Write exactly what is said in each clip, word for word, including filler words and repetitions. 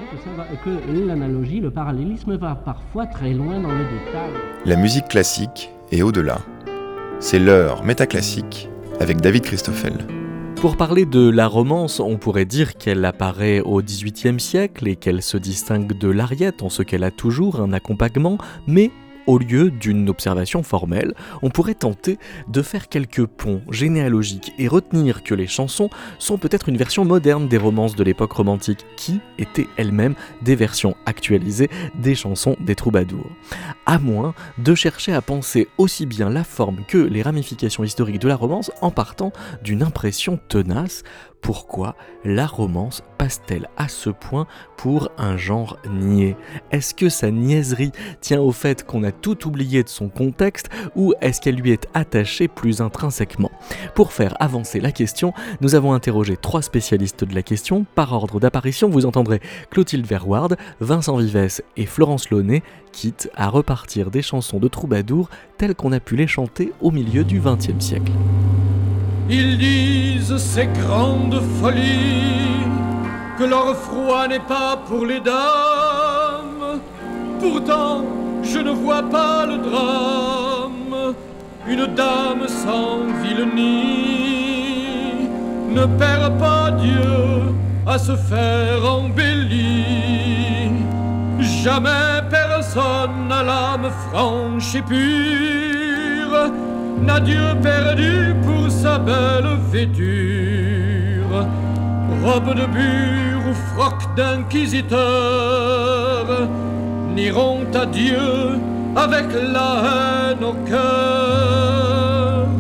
que, ça va, que l'analogie, le parallélisme va parfois très loin dans le détail. La musique classique et au-delà. C'est l'heure métaclassique avec David Christoffel. Pour parler de la romance, on pourrait dire qu'elle apparaît au dix-huitième siècle et qu'elle se distingue de l'ariette en ce qu'elle a toujours un accompagnement, mais au lieu d'une observation formelle, on pourrait tenter de faire quelques ponts généalogiques et retenir que les chansons sont peut-être une version moderne des romances de l'époque romantique, qui étaient elles-mêmes des versions actualisées des chansons des troubadours. À moins de chercher à penser aussi bien la forme que les ramifications historiques de la romance en partant d'une impression tenace. Pourquoi la romance passe-t-elle à ce point pour un genre niais ? Est-ce que sa niaiserie tient au fait qu'on a tout oublié de son contexte ou est-ce qu'elle lui est attachée plus intrinsèquement ? Pour faire avancer la question, nous avons interrogé trois spécialistes de la question. Par ordre d'apparition, vous entendrez Clotilde Verward, Vincent Vivès et Florence Launay, quitte à repartir des chansons de troubadours telles qu'on a pu les chanter au milieu du vingtième siècle. Ils disent ces grandes folies que leur froid n'est pas pour les dames. Pourtant, je ne vois pas le drame. Une dame sans vilenie ne perd pas Dieu à se faire embellir. Jamais personne à l'âme franche et pure n'a Dieu perdu pour sa belle vêture. Robe de bure ou froc d'inquisiteur n'iront à Dieu avec la haine au cœur.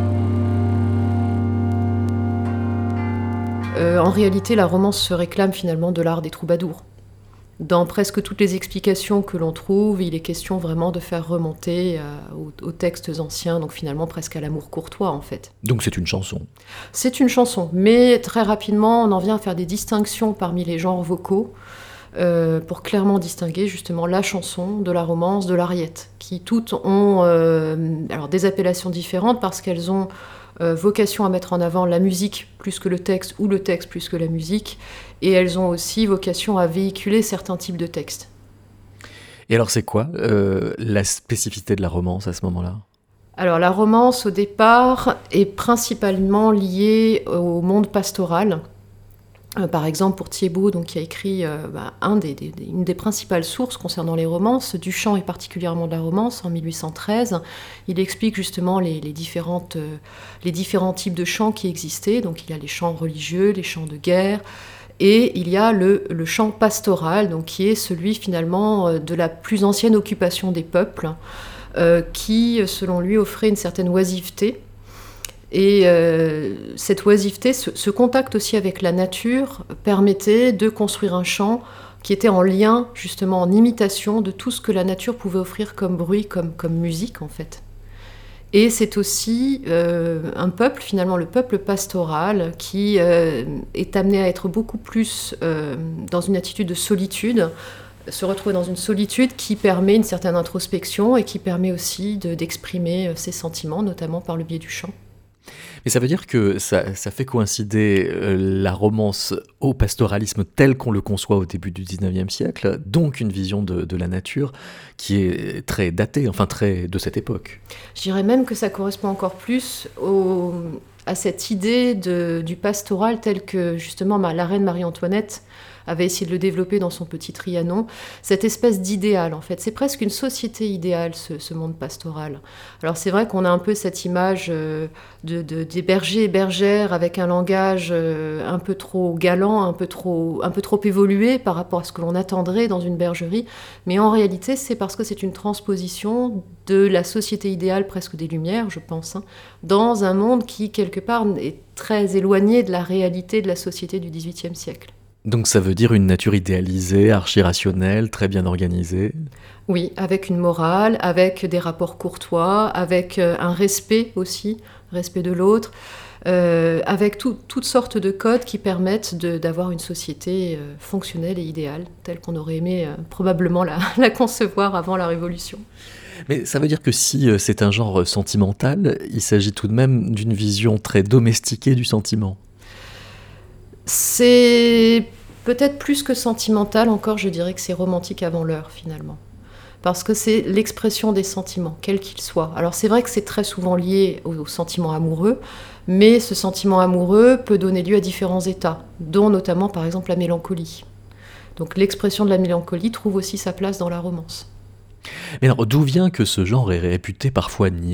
Euh, en réalité, la romance se réclame finalement de l'art des troubadours. Dans presque toutes les explications que l'on trouve, il est question vraiment de faire remonter euh, aux, aux textes anciens, donc finalement presque à l'amour courtois en fait. Donc c'est une chanson. C'est une chanson, mais très rapidement on en vient à faire des distinctions parmi les genres vocaux euh, pour clairement distinguer justement la chanson de la romance, de l'ariette, qui toutes ont euh, alors des appellations différentes parce qu'elles ont Euh, vocation à mettre en avant la musique plus que le texte ou le texte plus que la musique, et elles ont aussi vocation à véhiculer certains types de textes. Et alors c'est quoi euh, la spécificité de la romance à ce moment-là ? Alors la romance au départ est principalement liée au monde pastoral. Euh, par exemple pour Thiebaud, donc, qui a écrit euh, bah, un des, des, une des principales sources concernant les romances, du chant et particulièrement de la romance, en mille huit cent treize. Il explique justement les, les, différentes, euh, les différents types de chants qui existaient. Donc il y a les chants religieux, les chants de guerre, et il y a le, le chant pastoral, donc, qui est celui finalement euh, de la plus ancienne occupation des peuples, euh, qui selon lui offrait une certaine oisiveté. Et euh, cette oisiveté, ce, ce contact aussi avec la nature, permettait de construire un chant qui était en lien, justement, en imitation de tout ce que la nature pouvait offrir comme bruit, comme, comme musique, en fait. Et c'est aussi euh, un peuple, finalement, le peuple pastoral, qui euh, est amené à être beaucoup plus euh, dans une attitude de solitude, se retrouver dans une solitude qui permet une certaine introspection et qui permet aussi de, d'exprimer ses sentiments, notamment par le biais du chant. Mais ça veut dire que ça, ça fait coïncider euh, la romance au pastoralisme tel qu'on le conçoit au début du dix-neuvième siècle, donc une vision de, de la nature qui est très datée, enfin très de cette époque. Je dirais même que ça correspond encore plus au, à cette idée de, du pastoral tel que justement la reine Marie-Antoinette avait essayé de le développer dans son petit Trianon, cette espèce d'idéal en fait. C'est presque une société idéale, ce, ce monde pastoral. Alors c'est vrai qu'on a un peu cette image euh, de, de, des bergers et bergères avec un langage euh, un peu trop galant, un peu trop, un peu trop évolué par rapport à ce que l'on attendrait dans une bergerie, mais en réalité c'est parce que c'est une transposition de la société idéale presque des Lumières, je pense, hein, dans un monde qui quelque part est très éloigné de la réalité de la société du dix-huitième siècle. Donc ça veut dire une nature idéalisée, archi-rationnelle, très bien organisée. Oui, avec une morale, avec des rapports courtois, avec euh, un respect aussi, respect de l'autre, euh, avec tout, toutes sortes de codes qui permettent de, d'avoir une société euh, fonctionnelle et idéale, telle qu'on aurait aimé euh, probablement la, la concevoir avant la Révolution. Mais ça veut dire que si euh, c'est un genre sentimental, il s'agit tout de même d'une vision très domestiquée du sentiment. C'est Peut-être plus que sentimental, encore je dirais que c'est romantique avant l'heure finalement. Parce que c'est l'expression des sentiments, quels qu'ils soient. Alors c'est vrai que c'est très souvent lié au, au sentiment amoureux, mais ce sentiment amoureux peut donner lieu à différents états, dont notamment par exemple la mélancolie. Donc l'expression de la mélancolie trouve aussi sa place dans la romance. Mais alors, d'où vient que ce genre est réputé parfois niais ?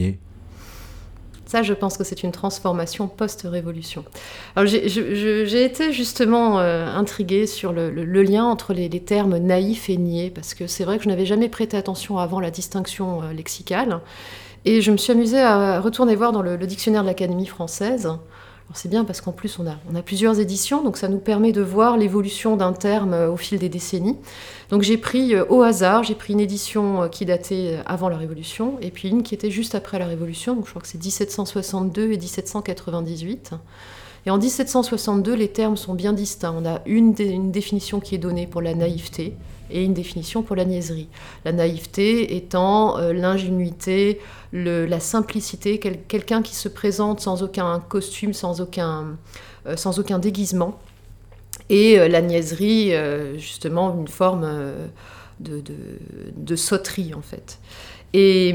Ça, je pense que c'est une transformation post-révolution. Alors, j'ai, je, j'ai été justement euh, intriguée sur le, le, le lien entre les, les termes naïf et niais, parce que c'est vrai que je n'avais jamais prêté attention avant la distinction euh, lexicale, et je me suis amusée à retourner voir dans le, le dictionnaire de l'Académie française. Alors, c'est bien parce qu'en plus, on a, on a plusieurs éditions, donc ça nous permet de voir l'évolution d'un terme euh, au fil des décennies. Donc j'ai pris euh, au hasard, j'ai pris une édition euh, qui datait avant la Révolution, et puis une qui était juste après la Révolution, donc je crois que c'est dix-sept cent soixante-deux et dix-sept cent quatre-vingt-dix-huit. Et en dix-sept cent soixante-deux, les termes sont bien distincts. On a une, dé- une définition qui est donnée pour la naïveté, et une définition pour la niaiserie. La naïveté étant euh, l'ingénuité, le, la simplicité, quel, quelqu'un qui se présente sans aucun costume, sans aucun, euh, sans aucun déguisement. Et euh, la niaiserie, euh, justement, une forme euh, de, de, de sotterie, en fait. Et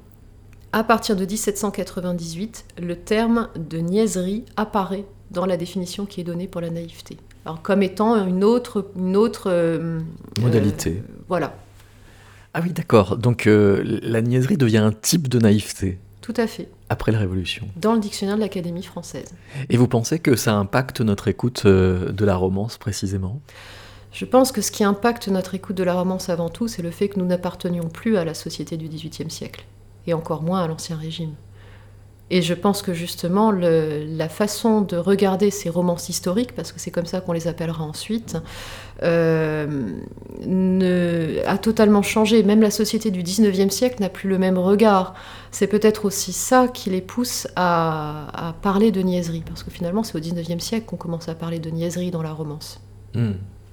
à partir de dix-sept cent quatre-vingt-dix-huit, le terme de niaiserie apparaît dans la définition qui est donnée pour la naïveté. Alors, comme étant une autre, une autre euh, modalité. Euh, voilà. Ah oui, d'accord. Donc euh, la niaiserie devient un type de naïveté. Tout à fait. Après la Révolution. Dans le dictionnaire de l'Académie française. Et vous pensez que ça impacte notre écoute euh, de la romance précisément ? Je pense que ce qui impacte notre écoute de la romance avant tout, c'est le fait que nous n'appartenions plus à la société du dix-huitième siècle, et encore moins à l'Ancien Régime. Et je pense que justement, le, la façon de regarder ces romances historiques, parce que c'est comme ça qu'on les appellera ensuite, euh, ne, a totalement changé. Même la société du dix-neuvième siècle n'a plus le même regard. C'est peut-être aussi ça qui les pousse à, à parler de niaiserie, parce que finalement, c'est au dix-neuvième siècle qu'on commence à parler de niaiserie dans la romance. Mmh.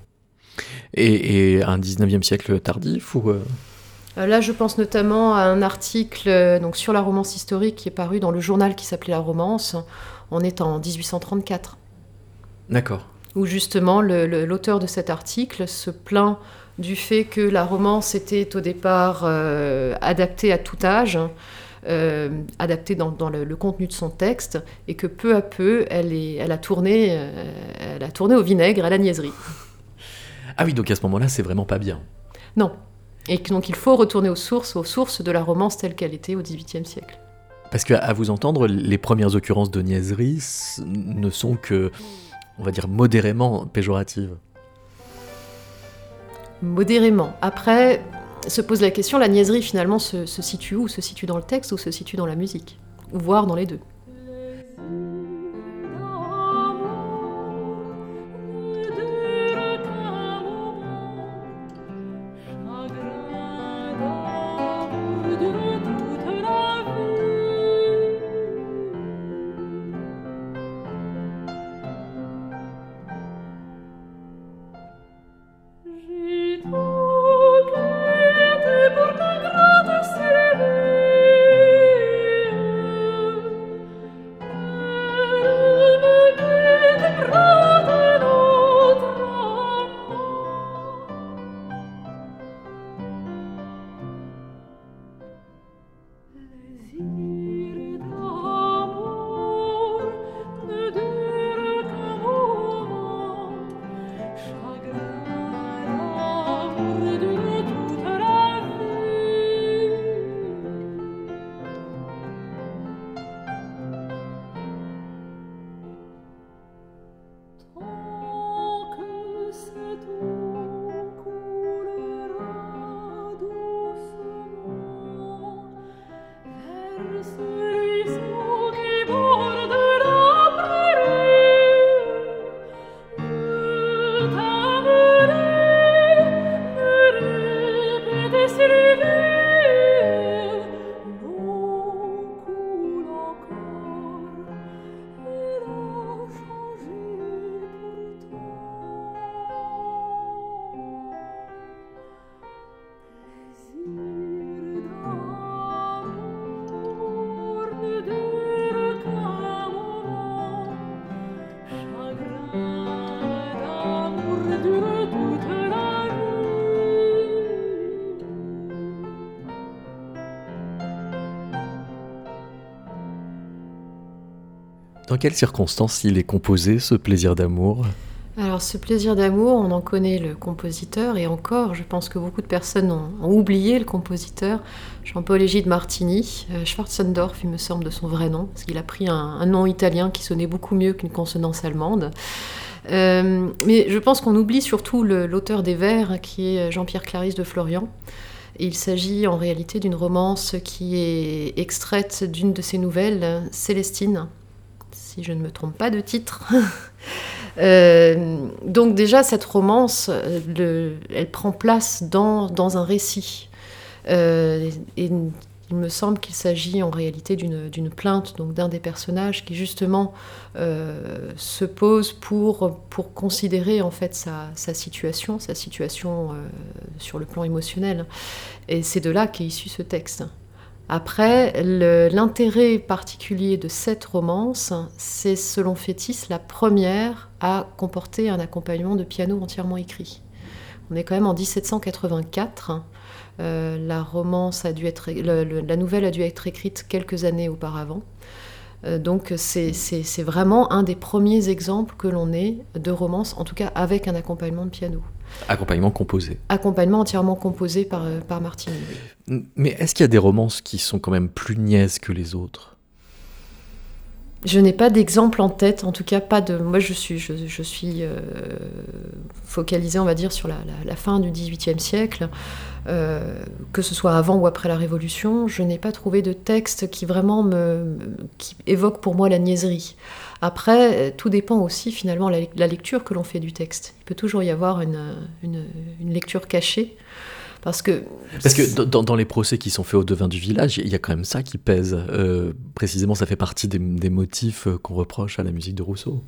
Et, et un dix-neuvième siècle tardif ou euh... Là, je pense notamment à un article donc, sur la romance historique qui est paru dans le journal qui s'appelait La Romance. On est en dix-huit cent trente-quatre. D'accord. Où justement, le, le, l'auteur de cet article se plaint du fait que la romance était au départ euh, adaptée à tout âge, euh, adaptée dans, dans le, le contenu de son texte, et que peu à peu, elle, est, elle, a, tourné, euh, elle a tourné au vinaigre, à la niaiserie. Ah oui, donc à ce moment-là, c'est vraiment pas bien. Non. Et donc il faut retourner aux sources, aux sources de la romance telle qu'elle était au dix-huitième siècle. Parce qu'à vous entendre, les premières occurrences de niaiserie ne sont que, on va dire, modérément péjoratives. Modérément. Après, se pose la question, la niaiserie finalement se, se situe où ? Se situe dans le texte ou se situe dans la musique ? Ou voire dans les deux ? dure toute la Dans quelles circonstances il est composé, ce plaisir d'amour ? Alors ce plaisir d'amour, on en connaît le compositeur, et encore, je pense que beaucoup de personnes ont, ont oublié le compositeur, Jean-Paul Égide Martini, euh, Schwarzendorf, il me semble, de son vrai nom, parce qu'il a pris un, un nom italien qui sonnait beaucoup mieux qu'une consonance allemande. Euh, mais je pense qu'on oublie surtout le, l'auteur des vers, qui est Jean-Pierre Clarisse de Florian. Et il s'agit en réalité d'une romance qui est extraite d'une de ses nouvelles, Célestine, si je ne me trompe pas de titre. Euh, donc déjà, cette romance, le, elle prend place dans, dans un récit. Euh, et il me semble qu'il s'agit en réalité d'une, d'une plainte, donc d'un des personnages qui justement euh, se pose pour, pour considérer en fait sa, sa situation, sa situation euh, sur le plan émotionnel. Et c'est de là qu'est issu ce texte. Après, le, l'intérêt particulier de cette romance, c'est selon Fétis la première à comporter un accompagnement de piano entièrement écrit. On est quand même en dix-sept cent quatre-vingt-quatre. Euh, la romance a dû être, le, le, la nouvelle a dû être écrite quelques années auparavant. Euh, donc c'est, c'est, c'est vraiment un des premiers exemples que l'on ait de romance, en tout cas avec un accompagnement de piano. Accompagnement composé. Accompagnement entièrement composé par, par Martini. Mais est-ce qu'il y a des romances qui sont quand même plus niaises que les autres ? Je n'ai pas d'exemple en tête, en tout cas pas de... Moi je suis, je, je suis euh, focalisée, on va dire, sur la, la, la fin du dix-huitième siècle, euh, que ce soit avant ou après la Révolution. Je n'ai pas trouvé de texte qui vraiment me, qui évoque pour moi la niaiserie. Après, tout dépend aussi finalement de la, la lecture que l'on fait du texte. Il peut toujours y avoir une, une, une lecture cachée. Parce que, Parce que dans, dans les procès qui sont faits aux devins du village, il y a quand même ça qui pèse. Euh, précisément, ça fait partie des, des motifs qu'on reproche à la musique de Rousseau.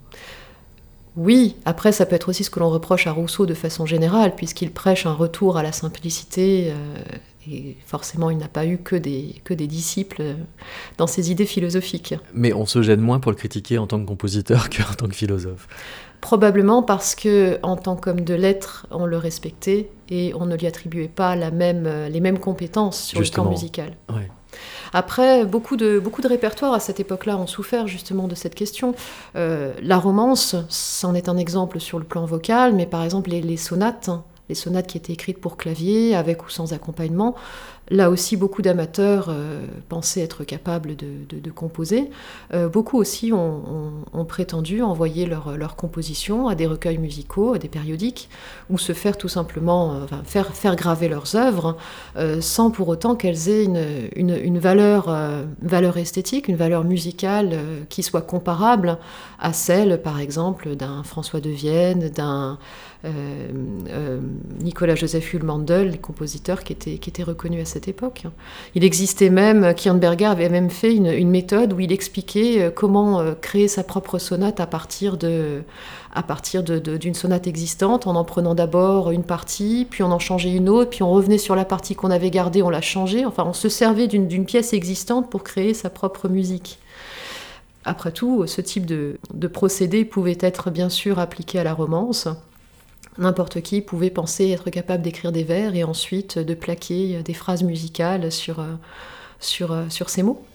Oui, après ça peut être aussi ce que l'on reproche à Rousseau de façon générale, puisqu'il prêche un retour à la simplicité, euh, et forcément il n'a pas eu que des, que des disciples dans ses idées philosophiques. Mais on se gêne moins pour le critiquer en tant que compositeur qu'en tant que philosophe. Probablement parce que, en tant qu'homme de lettres, on le respectait et on ne lui attribuait pas la même, les mêmes compétences sur justement, le plan musical. Ouais. Après, beaucoup de, beaucoup de répertoires à cette époque-là ont souffert justement de cette question. Euh, la romance, c'en est un exemple sur le plan vocal, mais par exemple les, les sonates, les sonates qui étaient écrites pour clavier, avec ou sans accompagnement, là aussi, beaucoup d'amateurs euh, pensaient être capables de, de, de composer. Euh, beaucoup aussi ont, ont, ont prétendu envoyer leurs leur compositions à des recueils musicaux, à des périodiques, ou se faire tout simplement euh, enfin, faire, faire graver leurs œuvres, euh, sans pour autant qu'elles aient une, une, une valeur, euh, valeur esthétique, une valeur musicale euh, qui soit comparable à celle, par exemple, d'un François de Vienne, d'un euh, euh, Nicolas-Joseph Hull-Mandel, les compositeurs qui étaient, qui étaient reconnus à cette époque. Il existait même, Kirnberger avait même fait une, une méthode où il expliquait comment créer sa propre sonate à partir, de, à partir de, de, d'une sonate existante, en en prenant d'abord une partie, puis on en changeait une autre, puis on revenait sur la partie qu'on avait gardée, on la changeait. Enfin, on se servait d'une, d'une pièce existante pour créer sa propre musique. Après tout, ce type de, de procédé pouvait être bien sûr appliqué à la romance. N'importe qui pouvait penser être capable d'écrire des vers et ensuite de plaquer des phrases musicales sur, sur, sur ces mots.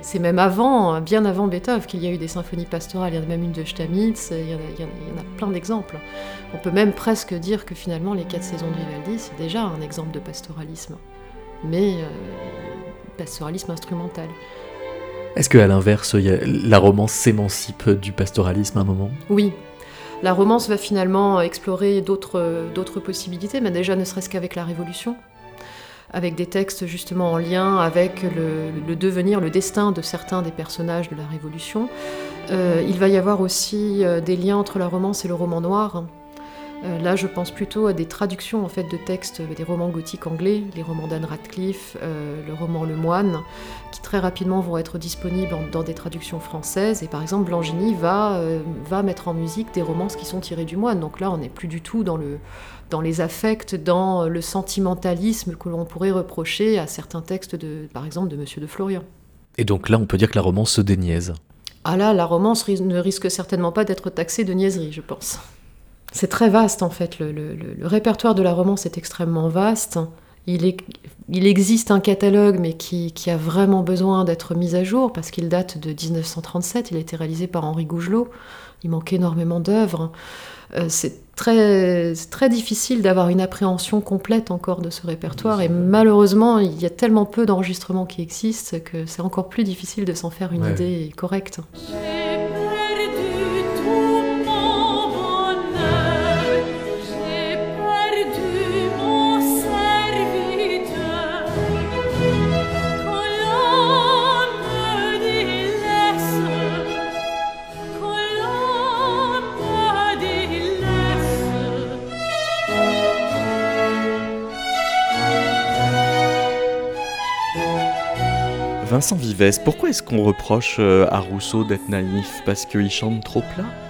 c'est même avant, bien avant Beethoven, qu'il y a eu des symphonies pastorales. Il y en a même une de Stamitz, il y en a, il y en a, il y en a plein d'exemples. On peut même presque dire que finalement, les quatre saisons de Vivaldi, c'est déjà un exemple de pastoralisme, mais euh, pastoralisme instrumental. Est-ce qu'à l'inverse, y a, la romance s'émancipe du pastoralisme à un moment ? Oui. La romance va finalement explorer d'autres, d'autres possibilités, mais déjà ne serait-ce qu'avec la Révolution, avec des textes justement en lien avec le, le devenir, le destin de certains des personnages de la Révolution. Euh, il va y avoir aussi euh, des liens entre la romance et le roman noir. Euh, là, je pense plutôt à des traductions en fait, de textes des romans gothiques anglais, les romans d'Anne Radcliffe, euh, le roman Le Moine, qui très rapidement vont être disponibles en, dans des traductions françaises. Et par exemple, Blangini va, euh, va mettre en musique des romances qui sont tirées du Moine. Donc là, on n'est plus du tout dans, le, dans les affects, dans le sentimentalisme que l'on pourrait reprocher à certains textes, de, par exemple, de Monsieur de Florian. Et donc là, on peut dire que la romance se déniaise. Ah là, la romance ris- ne risque certainement pas d'être taxée de niaiserie, je pense. C'est très vaste en fait, le, le, le répertoire de la romance est extrêmement vaste. Il, est, il existe un catalogue mais qui, qui a vraiment besoin d'être mis à jour parce qu'il date de dix-neuf cent trente-sept, il a été réalisé par Henri Gougelot, il manque énormément d'œuvres. Euh, c'est, très, c'est très difficile d'avoir une appréhension complète encore de ce répertoire et malheureusement il y a tellement peu d'enregistrements qui existent que c'est encore plus difficile de s'en faire une ouais. idée correcte. Vincent Vives, pourquoi est-ce qu'on reproche à Rousseau d'être naïf ? Parce qu'il chante trop plat ?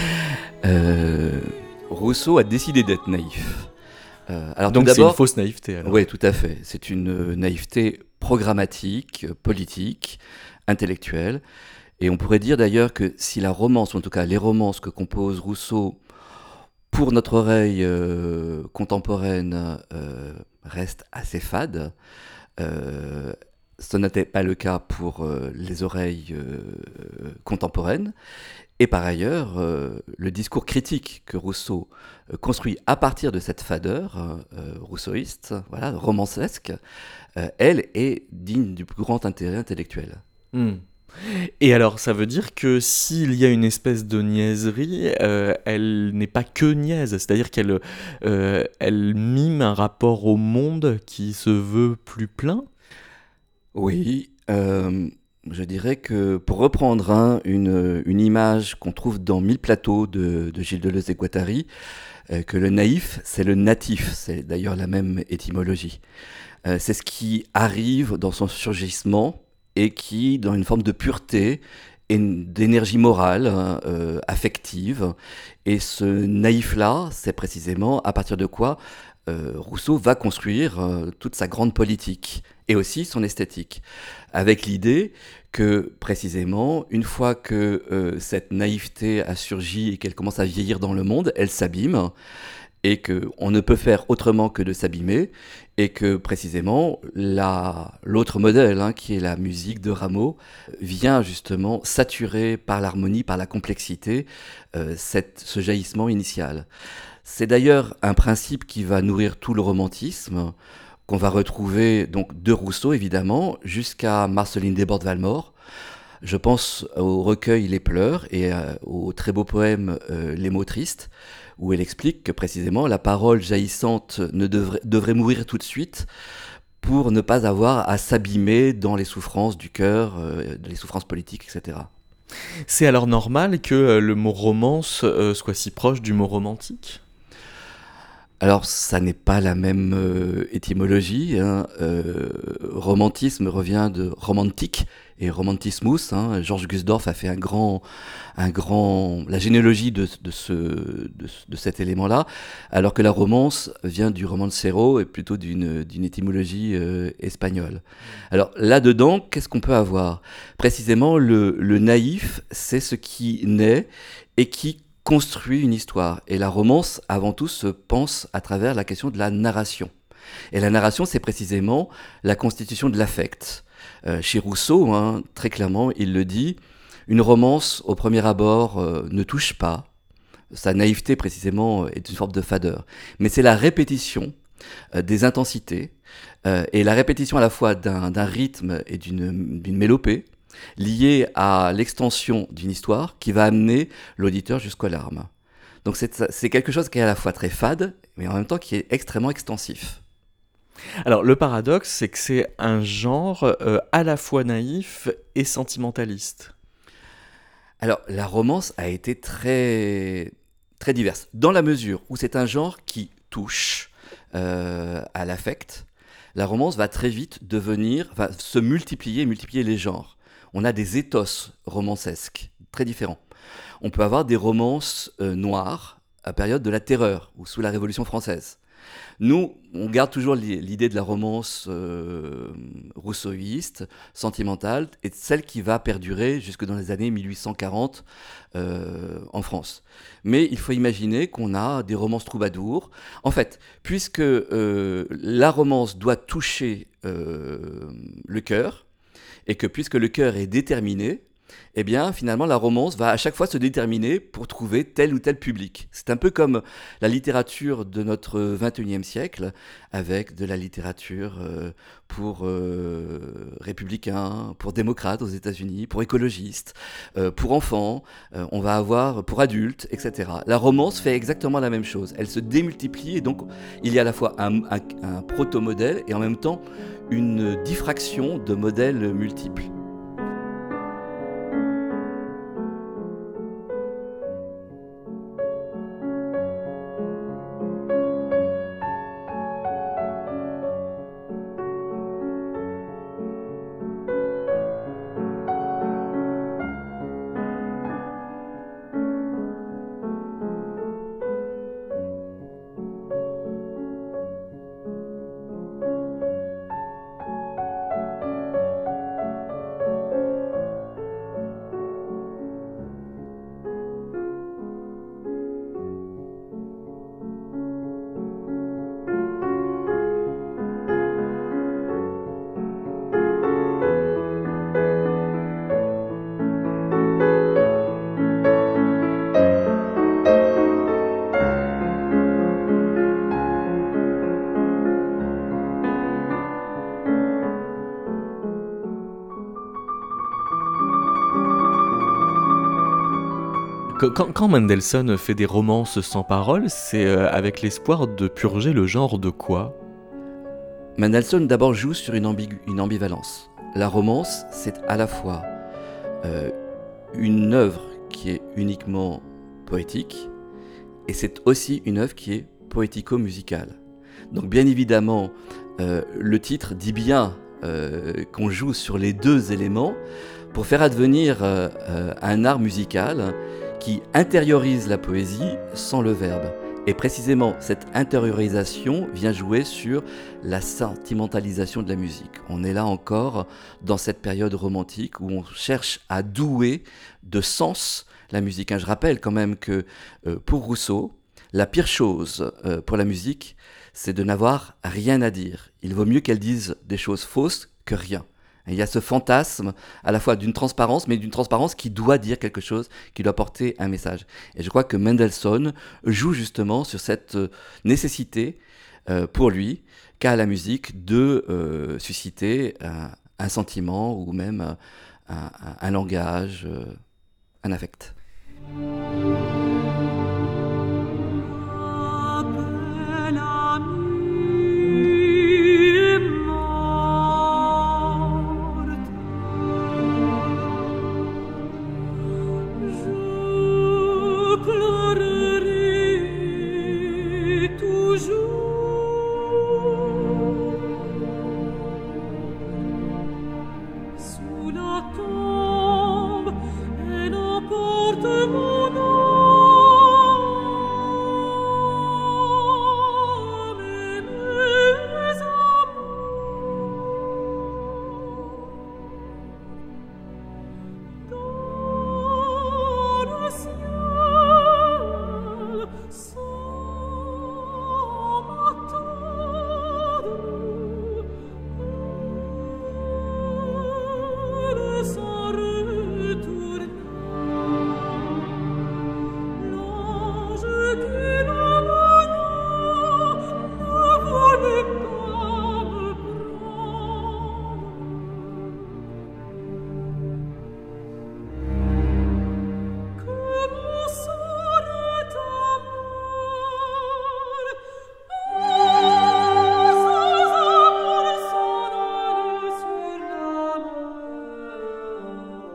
euh, Rousseau a décidé d'être naïf. Euh, alors Donc c'est une fausse naïveté alors. Oui, tout à fait. C'est une naïveté programmatique, politique, intellectuelle. Et on pourrait dire d'ailleurs que si la romance, ou en tout cas les romances que compose Rousseau pour notre oreille euh, contemporaine euh, restent assez fades, euh, ce n'était pas le cas pour euh, les oreilles euh, contemporaines. Et par ailleurs, euh, le discours critique que Rousseau euh, construit à partir de cette fadeur euh, rousseauiste, voilà, romancesque, euh, elle est digne du plus grand intérêt intellectuel. Mmh. Et alors, ça veut dire que s'il y a une espèce de niaiserie, euh, elle n'est pas que niaise, c'est-à-dire qu'elle euh, elle mime un rapport au monde qui se veut plus plein ? Oui, euh, je dirais que pour reprendre hein, une, une image qu'on trouve dans Mille plateaux de, de Gilles Deleuze et Guattari, euh, que le naïf, c'est le natif, c'est d'ailleurs la même étymologie. Euh, c'est ce qui arrive dans son surgissement et qui, dans une forme de pureté et d'énergie morale, euh, affective. Et ce naïf-là, c'est précisément à partir de quoi euh, Rousseau va construire euh, toute sa grande politique et aussi son esthétique, avec l'idée que, précisément, une fois que euh, cette naïveté a surgi et qu'elle commence à vieillir dans le monde, elle s'abîme, et qu'on ne peut faire autrement que de s'abîmer, et que, précisément, la, l'autre modèle, hein, qui est la musique de Rameau, vient justement saturer par l'harmonie, par la complexité, euh, cette, ce jaillissement initial. C'est d'ailleurs un principe qui va nourrir tout le romantisme, qu'on va retrouver donc de Rousseau évidemment jusqu'à Marceline Desbordes-Valmore. Je pense au recueil Les Pleurs et euh, au très beau poème euh, Les mots tristes, où elle explique que précisément la parole jaillissante ne devrait, devrait mourir tout de suite pour ne pas avoir à s'abîmer dans les souffrances du cœur, euh, les souffrances politiques, et cetera. C'est alors normal que euh, le mot romance euh, soit si proche du mot romantique ? Alors, ça n'est pas la même euh, étymologie. Hein. Euh, romantisme revient de romantique et romantismus. Hein. Georges Gusdorff a fait un grand, un grand, la généalogie de, de, ce, de, de cet élément-là, alors que la romance vient du romancero et plutôt d'une, d'une étymologie euh, espagnole. Alors là-dedans, qu'est-ce qu'on peut avoir ? Précisément, le, le naïf, c'est ce qui naît et qui construit une histoire. Et la romance, avant tout, se pense à travers la question de la narration. Et la narration, c'est précisément la constitution de l'affect. Euh, chez Rousseau, hein, très clairement, il le dit, une romance, au premier abord, euh, ne touche pas. Sa naïveté, précisément, est une forme de fadeur. Mais c'est la répétition euh, des intensités, euh, et la répétition à la fois d'un, d'un rythme et d'une, d'une mélopée, liée à l'extension d'une histoire qui va amener l'auditeur jusqu'aux larmes. Donc c'est, c'est quelque chose qui est à la fois très fade, mais en même temps qui est extrêmement extensif. Alors le paradoxe, c'est que c'est un genre euh, à la fois naïf et sentimentaliste. Alors la romance a été très, très diverse, dans la mesure où c'est un genre qui touche euh, à l'affect. La romance va très vite devenir, va se multiplier, multiplier les genres. On a des éthos romancesques très différents. On peut avoir des romances euh, noires à période de la Terreur ou sous la Révolution française. Nous, on garde toujours l'idée de la romance euh, rousseauiste, sentimentale, et celle qui va perdurer jusque dans les années mille huit cent quarante euh, en France. Mais il faut imaginer qu'on a des romances troubadours. En fait, puisque euh, la romance doit toucher euh, le cœur, et que puisque le cœur est déterminé, eh bien, finalement, la romance va à chaque fois se déterminer pour trouver tel ou tel public. C'est un peu comme la littérature de notre vingt et unième siècle, avec de la littérature euh, pour euh, républicains, pour démocrates aux États-Unis, pour écologistes, euh, pour enfants, euh, on va avoir pour adultes, et cetera. La romance fait exactement la même chose. Elle se démultiplie et donc il y a à la fois un, un, un proto-modèle et en même temps une diffraction de modèles multiples. Quand, quand Mendelssohn fait des romances sans paroles, c'est euh, avec l'espoir de purger le genre de quoi ? Mendelssohn d'abord joue sur une, ambigu- une ambivalence. La romance, c'est à la fois euh, une œuvre qui est uniquement poétique, et c'est aussi une œuvre qui est poético-musicale. Donc bien évidemment, euh, le titre dit bien euh, qu'on joue sur les deux éléments pour faire advenir euh, euh, un art musical qui intériorise la poésie sans le verbe. Et précisément, cette intériorisation vient jouer sur la sentimentalisation de la musique. On est là encore dans cette période romantique où on cherche à douer de sens la musique. Je rappelle quand même que euh, pour Rousseau, la pire chose euh, pour la musique, c'est de n'avoir rien à dire. Il vaut mieux qu'elle dise des choses fausses que rien. Et il y a ce fantasme à la fois d'une transparence, mais d'une transparence qui doit dire quelque chose, qui doit porter un message. Et je crois que Mendelssohn joue justement sur cette nécessité euh, pour lui, qu'a la musique, de euh, susciter un, un sentiment ou même un, un, un langage, euh, un affect. Sans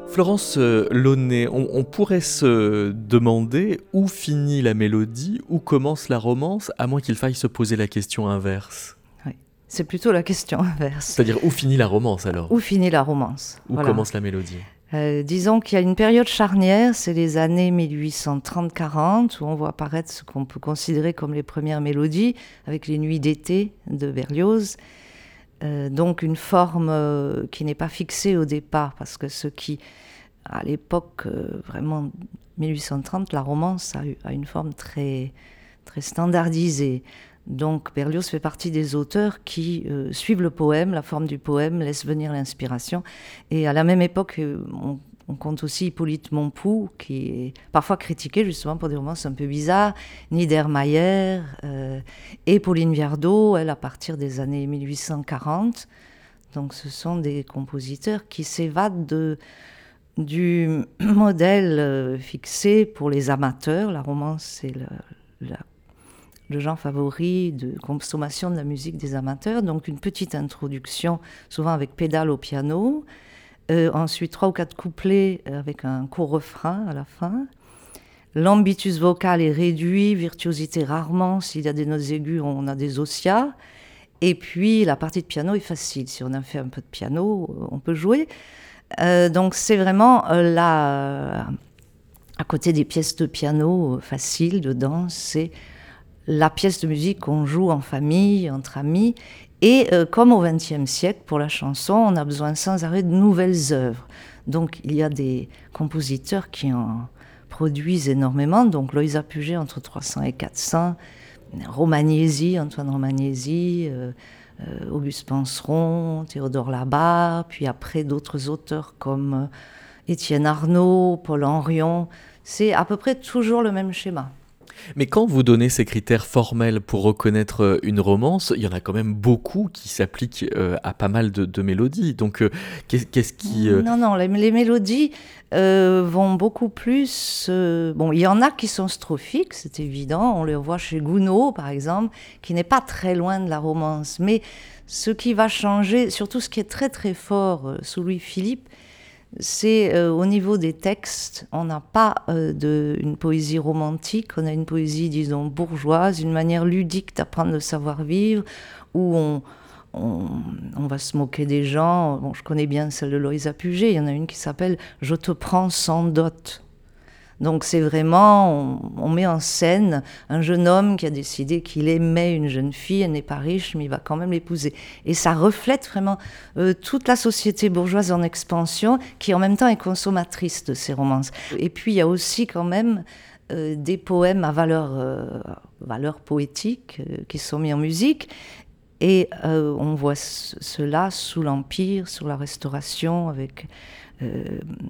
Florence euh, Launay, on, on pourrait se demander où finit la mélodie, où commence la romance, à moins qu'il faille se poser la question inverse. Oui, c'est plutôt la question inverse. C'est-à-dire où finit la romance alors ? Où finit la romance ? Où Voilà. commence la mélodie ? Euh, disons qu'il y a une période charnière, c'est les années mille huit cent trente quarante, où on voit apparaître ce qu'on peut considérer comme les premières mélodies, avec les Nuits d'été de Berlioz. Euh, donc une forme euh, qui n'est pas fixée au départ, parce que ce qui, à l'époque, euh, vraiment mille huit cent trente, la romance a, eu, a une forme très, très standardisée. Donc Berlioz fait partie des auteurs qui euh, suivent le poème, la forme du poème, laissent venir l'inspiration. Et à la même époque, euh, on, on compte aussi Hippolyte Montpoux, qui est parfois critiqué justement pour des romances un peu bizarres, Niedermayer, euh, et Pauline Viardot, elle, à partir des années mille huit cent quarante. Donc ce sont des compositeurs qui s'évadent de, du modèle euh, fixé pour les amateurs. La romance, c'est le, la le genre favori de consommation de la musique des amateurs. Donc une petite introduction, souvent avec pédale au piano. Euh, ensuite, trois ou quatre couplets avec un court refrain à la fin. L'ambitus vocal est réduit, virtuosité rarement. S'il y a des notes aiguës, on a des ossia. Et puis, la partie de piano est facile. Si on a fait un peu de piano, on peut jouer. Euh, donc c'est vraiment euh, là, à côté des pièces de piano euh, faciles, de danse, c'est la pièce de musique qu'on joue en famille, entre amis. Et euh, comme au vingtième siècle, pour la chanson, on a besoin sans arrêt de nouvelles œuvres. Donc il y a des compositeurs qui en produisent énormément. Donc Loïsa Puget, entre trois cents et quatre cents. Romagnesi, Antoine Romagnesi, euh, euh, Auguste Penseron, Théodore Labarre. Puis après d'autres auteurs comme euh, Étienne Arnaud, Paul Henrion. C'est à peu près toujours le même schéma. Mais quand vous donnez ces critères formels pour reconnaître une romance, il y en a quand même beaucoup qui s'appliquent euh, à pas mal de, de mélodies. Donc, euh, qu'est-ce, qu'est-ce qui... Euh... Non, non, les, les mélodies euh, vont beaucoup plus... Euh, bon, il y en a qui sont strophiques, c'est évident. On les voit chez Gounod, par exemple, qui n'est pas très loin de la romance. Mais ce qui va changer, surtout ce qui est très, très fort euh, sous Louis-Philippe, c'est euh, au niveau des textes, on n'a pas euh, de, une poésie romantique, on a une poésie, disons, bourgeoise, une manière ludique d'apprendre le savoir-vivre, où on, on, on va se moquer des gens. Bon, je connais bien celle de Loïsa Puget, il y en a une qui s'appelle « Je te prends sans dot ». Donc c'est vraiment, on, on met en scène un jeune homme qui a décidé qu'il aimait une jeune fille, elle n'est pas riche, mais il va quand même l'épouser. Et ça reflète vraiment euh, toute la société bourgeoise en expansion, qui en même temps est consommatrice de ces romances. Et puis il y a aussi quand même euh, des poèmes à valeur, euh, valeur poétique euh, qui sont mis en musique. Et euh, on voit c- cela sous l'Empire, sous la Restauration, avec... Euh,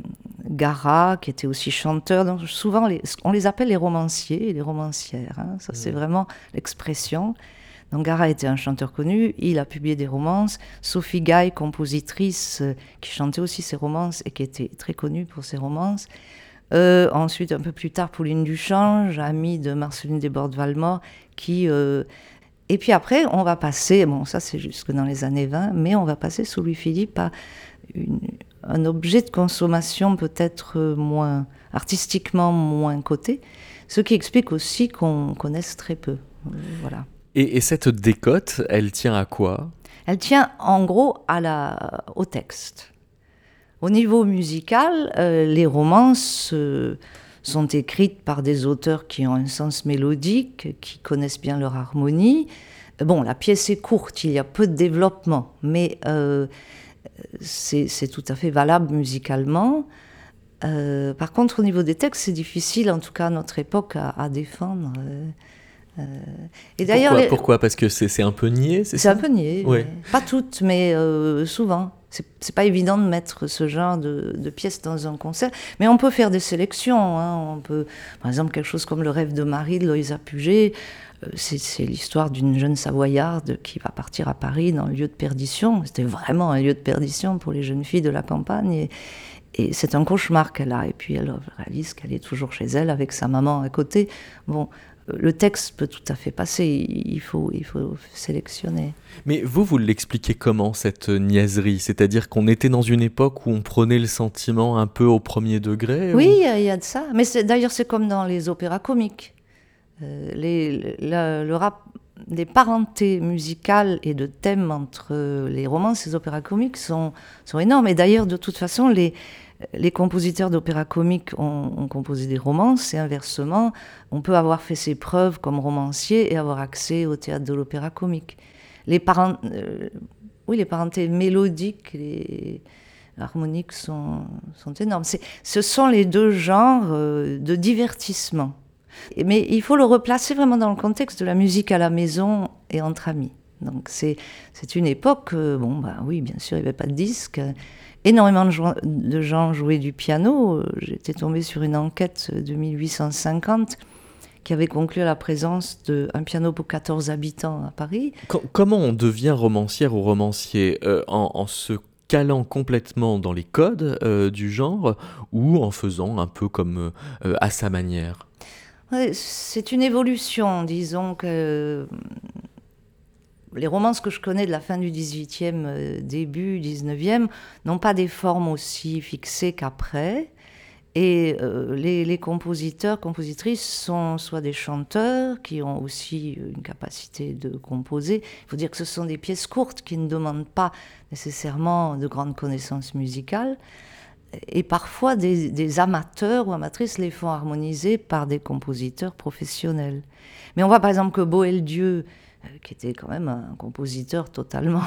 Garat, qui était aussi chanteur. Donc souvent, les, on les appelle les romanciers et les romancières. Hein. Ça, mmh. c'est vraiment l'expression. Donc Garat était un chanteur connu. Il a publié des romances. Sophie Gaye, compositrice, euh, qui chantait aussi ses romances et qui était très connue pour ses romances. Euh, ensuite, un peu plus tard, Pauline Duchange, amie de Marceline Desbordes-Valmore, qui... Euh, et puis après, on va passer... Bon, ça, c'est jusque dans les années vingt, mais on va passer sous Louis-Philippe à une... un objet de consommation peut-être moins, artistiquement moins coté, ce qui explique aussi qu'on connaisse très peu. Voilà. Et, et cette décote, elle tient à quoi ? Elle tient en gros à la, au texte. Au niveau musical, euh, les romances euh, sont écrites par des auteurs qui ont un sens mélodique, qui connaissent bien leur harmonie. Bon, la pièce est courte, il y a peu de développement, mais... Euh, C'est, c'est tout à fait valable musicalement. Euh, par contre, au niveau des textes, c'est difficile, en tout cas à notre époque, à, à défendre. Euh, euh, et d'ailleurs, pourquoi, les... pourquoi Parce que c'est, c'est un peu niais, c'est, c'est ça un peu niais. Ouais. Pas toutes, mais euh, souvent. C'est, c'est pas évident de mettre ce genre de, de pièces dans un concert, mais on peut faire des sélections. Hein. On peut, par exemple, quelque chose comme Le rêve de Marie de Loïsa Puget. C'est, c'est l'histoire d'une jeune Savoyarde qui va partir à Paris dans le lieu de perdition. C'était vraiment un lieu de perdition pour les jeunes filles de la campagne. Et, et c'est un cauchemar qu'elle a. Et puis elle réalise qu'elle est toujours chez elle avec sa maman à côté. Bon, le texte peut tout à fait passer, il faut, il faut sélectionner. Mais vous, vous l'expliquez comment, cette niaiserie ? C'est-à-dire qu'on était dans une époque où on prenait le sentiment un peu au premier degré ? Oui, ou... il y, y a de ça. Mais c'est, d'ailleurs, c'est comme dans les opéras comiques. Euh, les, le, le rap, les parentés musicales et de thèmes entre les romances et les opéras comiques sont, sont énormes. Et d'ailleurs, de toute façon, les... Les compositeurs d'opéra comique ont, ont composé des romances et inversement, on peut avoir fait ses preuves comme romancier et avoir accès au théâtre de l'opéra comique. Les, parent, euh, oui, les parentés mélodiques, les harmoniques sont, sont énormes. C'est, ce sont les deux genres euh, de divertissement. Mais il faut le replacer vraiment dans le contexte de la musique à la maison et entre amis. Donc c'est, c'est une époque, euh, bon, bah oui, bien sûr, il n'y avait pas de disque. Énormément de, jo- de gens jouaient du piano. J'étais tombée sur une enquête de dix-huit cent cinquante qui avait conclu à la présence d'un piano pour quatorze habitants à Paris. Com- comment on devient romancière ou romancier euh, en, en se calant complètement dans les codes euh, du genre ou en faisant un peu comme euh, à sa manière ? Ouais, c'est une évolution, disons que... Les romances que je connais de la fin du dix-huitième, euh, début dix-neuvième, n'ont pas des formes aussi fixées qu'après. Et euh, les, les compositeurs, compositrices sont soit des chanteurs qui ont aussi une capacité de composer. Il faut dire que ce sont des pièces courtes qui ne demandent pas nécessairement de grandes connaissances musicales. Et parfois, des, des amateurs ou amatrices les font harmoniser par des compositeurs professionnels. Mais on voit par exemple que Boieldieu, qui était quand même un compositeur totalement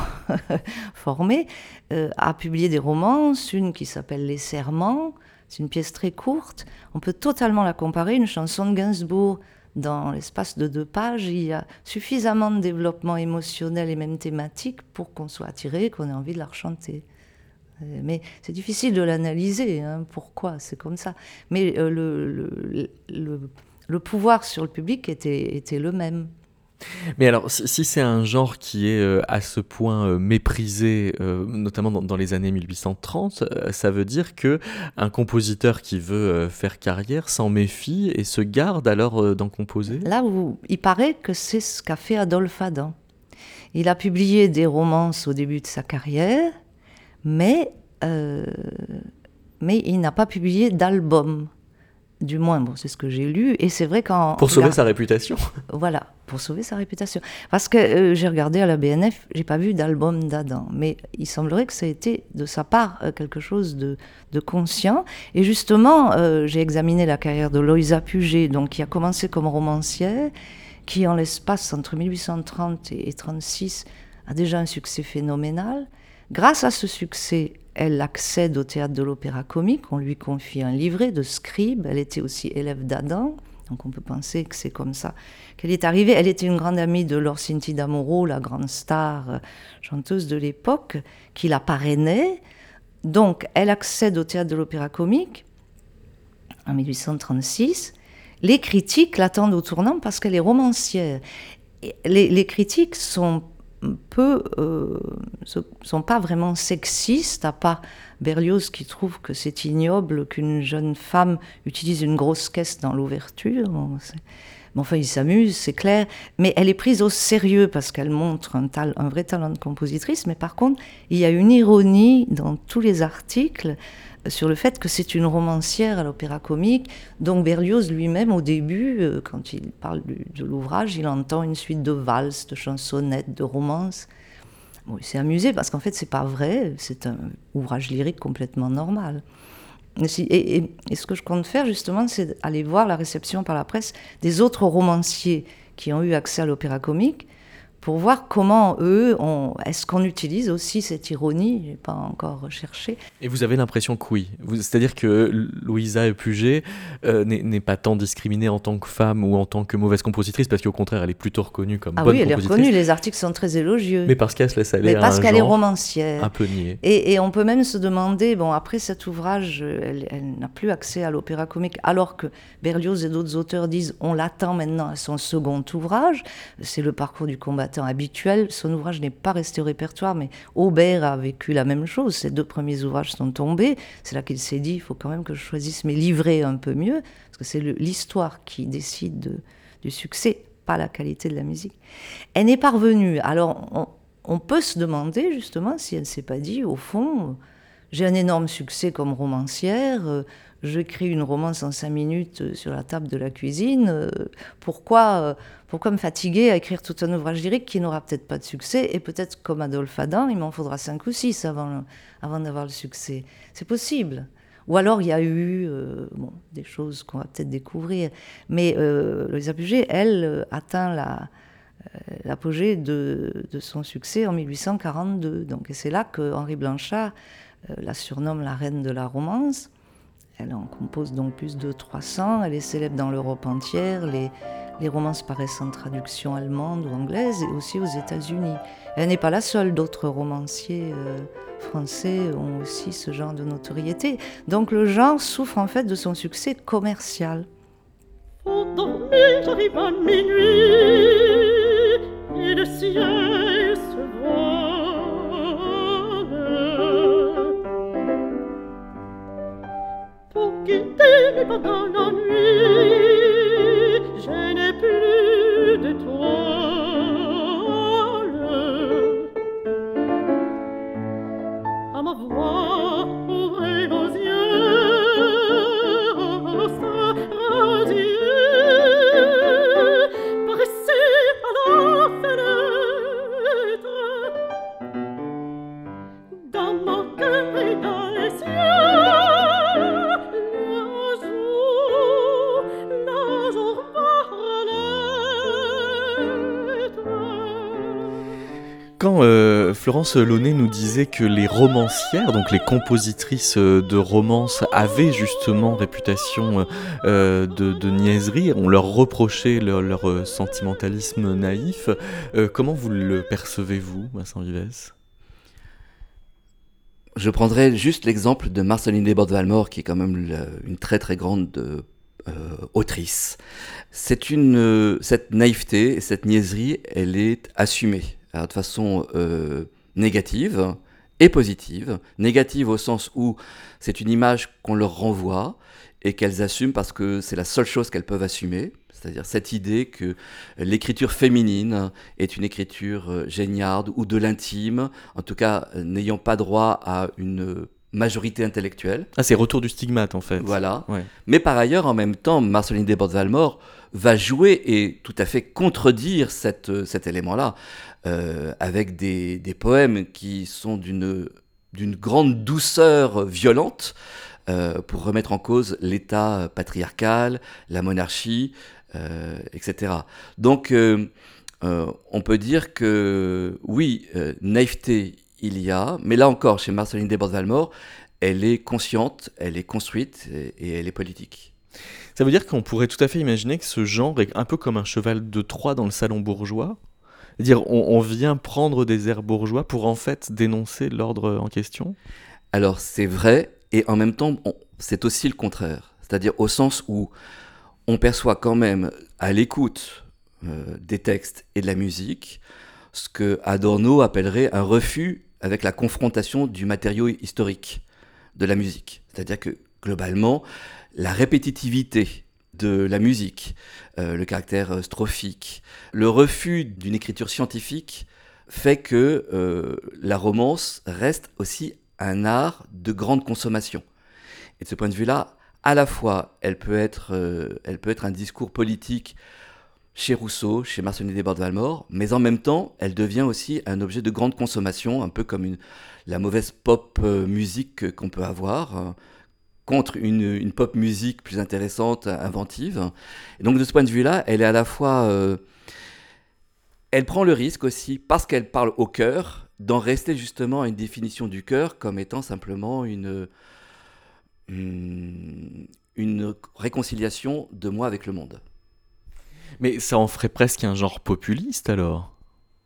formé, euh, a publié des romances, une qui s'appelle Les Serments, c'est une pièce très courte, on peut totalement la comparer à une chanson de Gainsbourg. Dans l'espace de deux pages, il y a suffisamment de développement émotionnel et même thématique pour qu'on soit attiré, qu'on ait envie de la rechanter. Mais c'est difficile de l'analyser, hein, pourquoi c'est comme ça. Mais euh, le, le, le, le pouvoir sur le public était, était le même. Mais alors, si, si c'est un genre qui est euh, à ce point euh, méprisé, euh, notamment dans, dans les années mille huit cent trente, euh, ça veut dire que un compositeur qui veut euh, faire carrière s'en méfie et se garde alors euh, d'en composer ? Là où il paraît que c'est ce qu'a fait Adolphe Adam. Il a publié des romances au début de sa carrière, mais, euh, mais il n'a pas publié d'album. Du moins, bon, c'est ce que j'ai lu, et c'est vrai qu'en... Pour sauver regard... sa réputation. Voilà, pour sauver sa réputation. Parce que euh, j'ai regardé à la B N F, j'ai pas vu d'album d'Adam, mais il semblerait que ça a été de sa part euh, quelque chose de, de conscient. Et justement, euh, j'ai examiné la carrière de Loïsa Puget, donc qui a commencé comme romancière, qui en l'espace entre mille huit cent trente et trente-six a déjà un succès phénoménal. Grâce à ce succès, elle accède au théâtre de l'opéra comique, on lui confie un livret de scribe, elle était aussi élève d'Adam, donc on peut penser que c'est comme ça qu'elle est arrivée. Elle était une grande amie de Laure Cinti Moreau, la grande star euh, chanteuse de l'époque, qui la parrainait. Donc elle accède au théâtre de l'opéra comique en mille huit cent trente-six. Les critiques l'attendent au tournant parce qu'elle est romancière. Et les, les critiques sont peu, euh, sont pas vraiment sexistes, à part Berlioz qui trouve que c'est ignoble qu'une jeune femme utilise une grosse caisse dans l'ouverture. Bon, bon, enfin, il s'amuse, c'est clair, mais elle est prise au sérieux parce qu'elle montre un, tal, un vrai talent de compositrice, mais par contre, il y a une ironie dans tous les articles sur le fait que c'est une romancière à l'opéra comique. Donc Berlioz lui-même, au début, euh, quand il parle du, de l'ouvrage, il entend une suite de valses, de chansonnettes, de romances. Bon, il s'est amusé parce qu'en fait, c'est pas vrai, c'est un ouvrage lyrique complètement normal. Et, et, et ce que je compte faire, justement, c'est aller voir la réception par la presse des autres romanciers qui ont eu accès à l'opéra comique, pour voir comment, eux, on... est-ce qu'on utilise aussi cette ironie ? Je n'ai pas encore recherché. Et vous avez l'impression que oui. Vous... C'est-à-dire que Loïsa Puget euh, n'est, n'est pas tant discriminée en tant que femme ou en tant que mauvaise compositrice, parce qu'au contraire, elle est plutôt reconnue comme ah bonne oui, elle compositrice. est reconnue, les articles sont très élogieux. Mais parce qu'elle se laisse aller Mais à parce un qu'elle genre est romancière. un peu niais. Et, et on peut même se demander, bon, après cet ouvrage, elle, elle n'a plus accès à l'opéra comique, alors que Berlioz et d'autres auteurs disent on l'attend maintenant à son second ouvrage. C'est le parcours du combattant habituel. Son ouvrage n'est pas resté au répertoire, mais Aubert a vécu la même chose. Ses deux premiers ouvrages sont tombés. C'est là qu'il s'est dit, il faut quand même que je choisisse mes livrets un peu mieux, parce que c'est le, l'histoire qui décide de, du succès, pas la qualité de la musique. Elle n'est pas revenue. Alors, on, on peut se demander justement si elle ne s'est pas dit, au fond, j'ai un énorme succès comme romancière, euh, j'écris une romance en cinq minutes sur la table de la cuisine, euh, pourquoi, euh, pourquoi me fatiguer à écrire tout un ouvrage lyrique qui n'aura peut-être pas de succès, et peut-être comme Adolphe Adam, il m'en faudra cinq ou six avant, avant d'avoir le succès. C'est possible. Ou alors il y a eu euh, bon, des choses qu'on va peut-être découvrir. Mais euh, Louisa Puget, elle, euh, atteint la, euh, l'apogée de, de son succès en dix-huit cent quarante-deux. Donc, et c'est là que Henri Blanchard euh, la surnomme la reine de la romance. Elle en compose donc plus de trois cents. Elle est célèbre dans l'Europe entière. Les, les romances paraissent en traduction allemande ou anglaise et aussi aux États-Unis. Elle n'est pas la seule. D'autres romanciers euh, français ont aussi ce genre de notoriété. Donc le genre souffre en fait de son succès commercial. Faut dormir, j'arrive à minuit et le ciel se voile. Pour quitter mes pas dans la nuit, je n'ai plus d'étoiles. À ma voix, ouvrez vos yeux, ça radieux. Quand euh, Florence Launay nous disait que les romancières, donc les compositrices de romances, avaient justement réputation euh, de, de niaiserie, on leur reprochait leur, leur sentimentalisme naïf, euh, comment vous le percevez-vous, Vincent Vives ? Je prendrai juste l'exemple de Marceline Desbordes-Valmore, qui est quand même le, une très très grande euh, autrice. C'est une, euh, cette naïveté, cette niaiserie, elle est assumée. Alors, de façon euh, négative et positive. Négative au sens où c'est une image qu'on leur renvoie et qu'elles assument parce que c'est la seule chose qu'elles peuvent assumer. C'est-à-dire cette idée que l'écriture féminine est une écriture géniarde ou de l'intime, en tout cas n'ayant pas droit à une majorité intellectuelle. Ah, c'est retour du stigmate en fait. Voilà. Ouais. Mais par ailleurs, en même temps, Marceline Desbordes-Valmore va jouer et tout à fait contredire cette, cet élément-là. Euh, avec des, des poèmes qui sont d'une, d'une grande douceur violente euh, pour remettre en cause l'État patriarcal, la monarchie, euh, et cetera. Donc, euh, euh, on peut dire que, oui, euh, naïveté, il y a, mais là encore, chez Marceline Desbordes-Valmore, elle est consciente, elle est construite et, et elle est politique. Ça veut dire qu'on pourrait tout à fait imaginer que ce genre est un peu comme un cheval de Troie dans le salon bourgeois. C'est-à-dire, on, on vient prendre des airs bourgeois pour en fait dénoncer l'ordre en question ? Alors, c'est vrai, et en même temps, on, c'est aussi le contraire. C'est-à-dire au sens où on perçoit quand même, à l'écoute euh, des textes et de la musique, ce que Adorno appellerait un refus avec la confrontation du matériau historique de la musique. C'est-à-dire que, globalement, la répétitivité de la musique, euh, le caractère strophique, le refus d'une écriture scientifique fait que euh, la romance reste aussi un art de grande consommation. Et de ce point de vue-là, à la fois, elle peut être, euh, elle peut être un discours politique chez Rousseau, chez Marceline Desbordes-Valmore, mais en même temps, elle devient aussi un objet de grande consommation, un peu comme une, la mauvaise pop euh, musique qu'on peut avoir, euh, contre une, une pop musique plus intéressante, inventive. Et donc de ce point de vue-là, elle est à la fois... Euh, elle prend le risque aussi, parce qu'elle parle au cœur, d'en rester justement à une définition du cœur comme étant simplement une, une, une réconciliation de moi avec le monde. Mais ça en ferait presque un genre populiste alors ?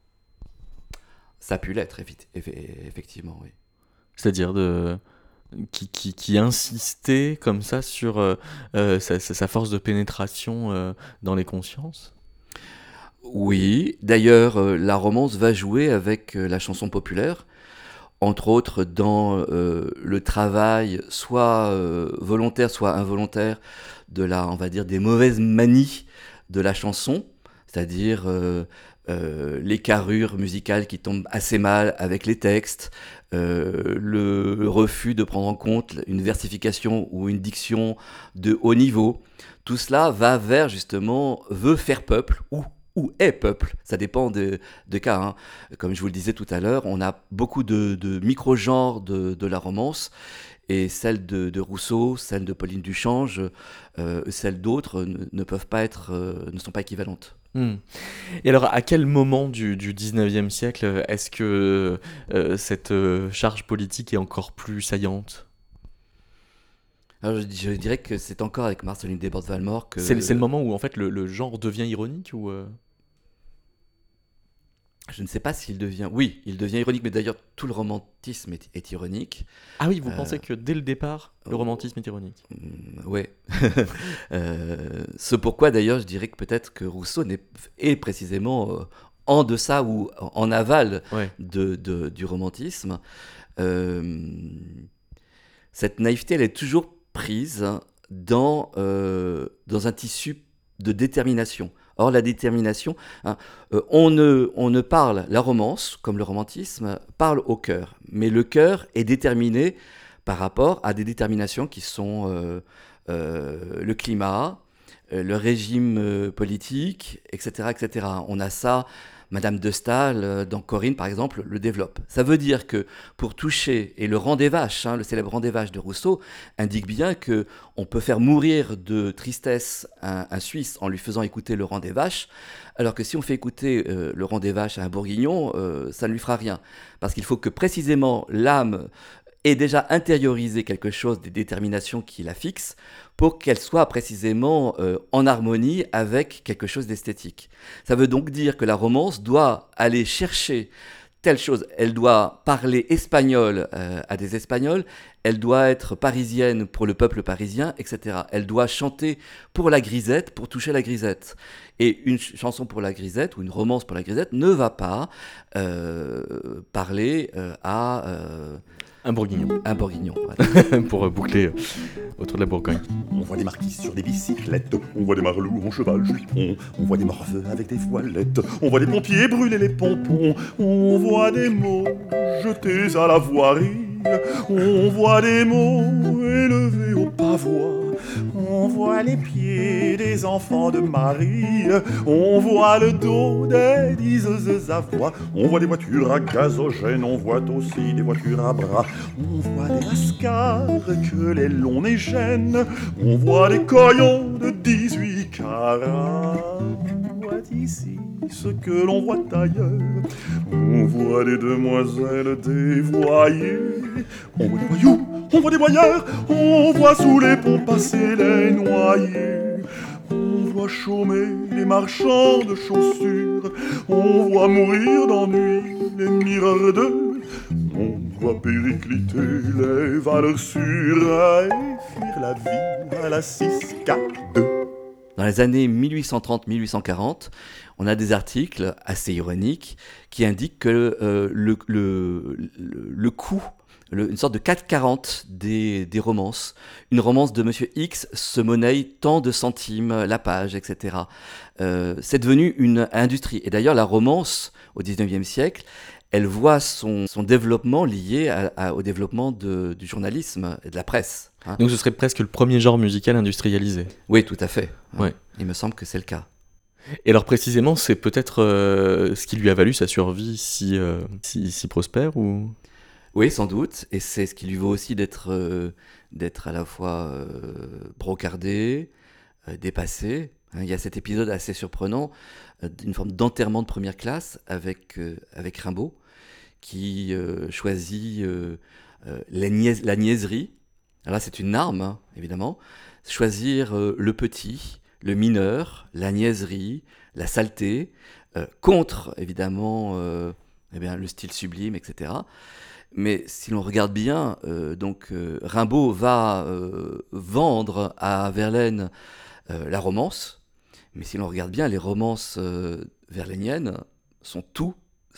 Ça a pu l'être, effectivement, oui. C'est-à-dire de... Qui, qui, qui insistait comme ça sur euh, euh, sa, sa force de pénétration euh, dans les consciences ? Oui, d'ailleurs, euh, la romance va jouer avec euh, la chanson populaire, entre autres dans euh, le travail, soit euh, volontaire, soit involontaire, de la, on va dire, des mauvaises manies de la chanson, c'est-à-dire euh, euh, les carrures musicales qui tombent assez mal avec les textes, euh, le refus de prendre en compte une versification ou une diction de haut niveau. Tout cela va vers, justement, veut faire peuple ou, ou est peuple, ça dépend de, de cas. Hein. Comme je vous le disais tout à l'heure, on a beaucoup de, de micro-genres de, de la romance, et celles de, de Rousseau, celles de Pauline Duchange, euh, celles d'autres ne, ne peuvent pas être, euh, ne sont pas équivalentes. Mmh. Et alors, à quel moment du, du dix-neuvième siècle est-ce que euh, cette euh, charge politique est encore plus saillante ? Alors, je, je dirais que c'est encore avec Marceline Desbordes-Valmore que... C'est, c'est le moment où en fait le, le genre devient ironique ou euh... Je ne sais pas s'il devient... Oui, il devient ironique, mais d'ailleurs tout le romantisme est, est ironique. Ah oui, vous euh... pensez que dès le départ, le romantisme est ironique ? Oui. euh, ce pourquoi d'ailleurs je dirais que peut-être que Rousseau n'est, est précisément euh, en deçà ou en aval ouais. de, de, du romantisme. Euh, cette naïveté, elle est toujours prise dans, euh, dans un tissu de détermination. Or, la détermination, hein, euh, on, ne, on ne parle, la romance, comme le romantisme, parle au cœur. Mais le cœur est déterminé par rapport à des déterminations qui sont euh, euh, le climat, euh, le régime euh, politique, et cetera, et cetera. On a ça... Madame de Staël, dans Corinne, par exemple, le développe. Ça veut dire que pour toucher, et le rang des vaches, hein, le célèbre rang des vaches de Rousseau, indique bien qu'on peut faire mourir de tristesse un, un Suisse en lui faisant écouter le rang des vaches, alors que si on fait écouter euh, le rang des vaches à un Bourguignon, euh, ça ne lui fera rien. Parce qu'il faut que précisément l'âme ait déjà intériorisé quelque chose des déterminations qui la fixent, pour qu'elle soit précisément euh, en harmonie avec quelque chose d'esthétique. Ça veut donc dire que la romance doit aller chercher telle chose. Elle doit parler espagnol euh, à des Espagnols, elle doit être parisienne pour le peuple parisien, et cetera. Elle doit chanter pour la grisette, pour toucher la grisette. Et une ch- chanson pour la grisette, ou une romance pour la grisette, ne va pas euh, parler euh, à... Euh, Un bourguignon. Un bourguignon, ouais. Pour euh, boucler euh, autour de la Bourgogne. On voit des marquises sur des bicyclettes, on voit des marlous en cheval jupon, on voit des morveux avec des voilettes, on voit des pompiers brûler les pompons, on voit des mots jetés à la voirie, on voit des mots élevés au pavois, on voit les pieds des enfants de Marie, on voit le dos des diseuses à voix, on voit des voitures à gazogène, on voit aussi des voitures à bras, on voit des lascars que les longs nez gênent, on voit des coillons de dix-huit carats. On voit ici ce que l'on voit ailleurs, on voit des demoiselles dévoyées, on voit des voyous, on voit des voyeurs, on voit sous les ponts passer les noyés, on voit chômer les marchands de chaussures, on voit mourir d'ennui les mireurs d'eux, on voit péricliter les valeurs sûres et fuir la vie à la six quatre deux. Dans les années mille huit cent trente à mille huit cent quarante, on a des articles assez ironiques qui indiquent que euh, le, le, le, le coût, le, une sorte de quatre quarante des, des romances, une romance de Monsieur X se monnaie tant de centimes la page, et cetera. Euh, c'est devenu une industrie. Et d'ailleurs, la romance, au dix-neuvième siècle, elle voit son, son développement lié à, à, au développement de, du journalisme et de la presse. Hein. Donc ce serait presque le premier genre musical industrialisé. Oui, tout à fait. Ouais. Il me semble que c'est le cas. Et alors précisément, c'est peut-être euh, ce qui lui a valu sa survie si, euh, si, si prospère ou... Oui, sans doute. Et c'est ce qui lui vaut aussi d'être, euh, d'être à la fois euh, brocardé, euh, dépassé. Hein, il y a cet épisode assez surprenant euh, d'une forme d'enterrement de première classe avec, euh, avec Rimbaud, qui euh, choisit euh, euh, la, niais- la niaiserie. Alors là, c'est une arme, hein, évidemment. Choisir euh, le petit, le mineur, la niaiserie, la saleté, euh, contre, évidemment, euh, eh bien, le style sublime, et cetera. Mais si l'on regarde bien, euh, donc, euh, Rimbaud va euh, vendre à Verlaine euh, la romance, mais si l'on regarde bien, les romances euh, verlainiennes sont tout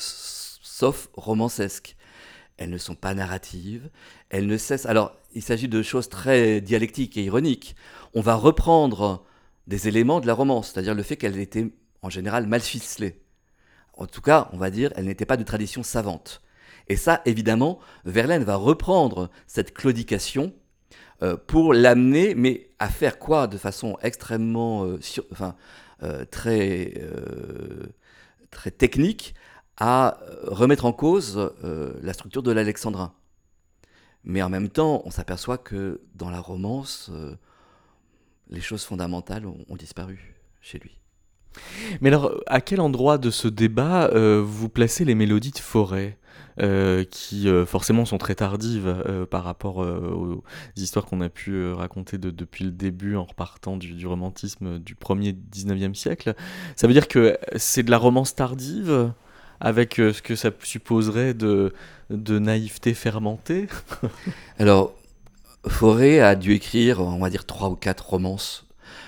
s- sauf romancesques. Elles ne sont pas narratives, elles ne cessent... Alors, il s'agit de choses très dialectiques et ironiques. On va reprendre des éléments de la romance, c'est-à-dire le fait qu'elle était en général mal ficelée. En tout cas, on va dire, elle n'était pas de tradition savante. Et ça, évidemment, Verlaine va reprendre cette claudication euh, pour l'amener, mais à faire quoi de façon extrêmement, euh, sur, enfin, euh, très, euh, très technique, à remettre en cause euh, la structure de l'alexandrin. Mais en même temps, on s'aperçoit que dans la romance, euh, les choses fondamentales ont, ont disparu chez lui. Mais alors, à quel endroit de ce débat euh, vous placez les mélodies de Fauré euh, qui euh, forcément sont très tardives euh, par rapport euh, aux histoires qu'on a pu euh, raconter de, depuis le début en repartant du, du romantisme du premier dix-neuvième siècle. Ça veut dire que c'est de la romance tardive avec euh, ce que ça supposerait de, de naïveté fermentée? Alors, Fauré a dû écrire, on va dire, trois ou quatre romances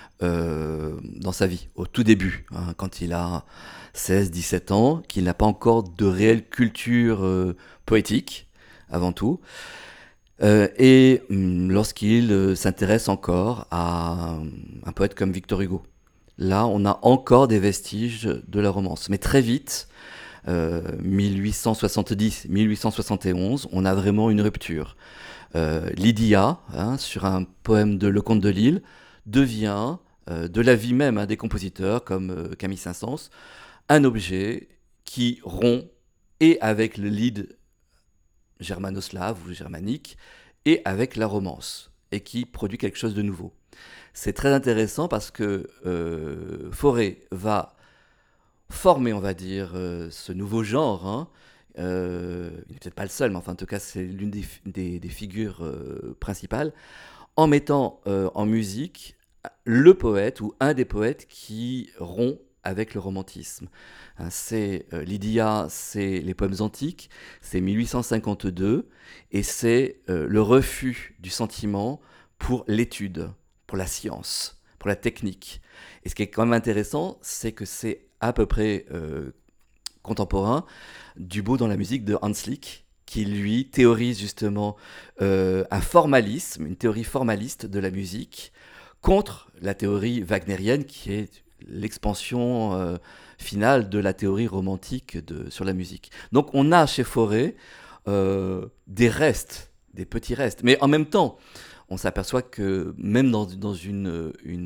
Euh, dans sa vie, au tout début, hein, quand il a seize dix-sept ans, qu'il n'a pas encore de réelle culture euh, poétique, avant tout, euh, et hum, lorsqu'il euh, s'intéresse encore à euh, un poète comme Victor Hugo. Là, on a encore des vestiges de la romance. Mais très vite, euh, mille huit cent soixante-dix mille huit cent soixante et onze, on a vraiment une rupture. Euh, Lydia, hein, sur un poème de Le Comte de Lille, devient euh, de la vie même hein, des compositeurs comme euh, Camille Saint-Saëns, un objet qui rompt et avec le lead germanoslave ou germanique et avec la romance et qui produit quelque chose de nouveau. C'est très intéressant parce que euh, Fauré va former, on va dire, euh, ce nouveau genre. Hein. Euh, il n'est peut-être pas le seul, mais enfin, en tout cas, c'est l'une des, des, des figures euh, principales, en mettant euh, en musique le poète ou un des poètes qui rompt avec le romantisme. Hein, c'est euh, Lydia, c'est les poèmes antiques, c'est mille huit cent cinquante-deux, et c'est euh, le refus du sentiment pour l'étude, pour la science, pour la technique. Et ce qui est quand même intéressant, c'est que c'est à peu près euh, contemporain du beau dans la musique de Hans Lick, qui lui théorise justement euh, un formalisme, une théorie formaliste de la musique, contre la théorie wagnérienne qui est l'expansion euh, finale de la théorie romantique de, sur la musique. Donc on a chez Fauré euh, des restes, des petits restes, mais en même temps, on s'aperçoit que même dans, dans une, une,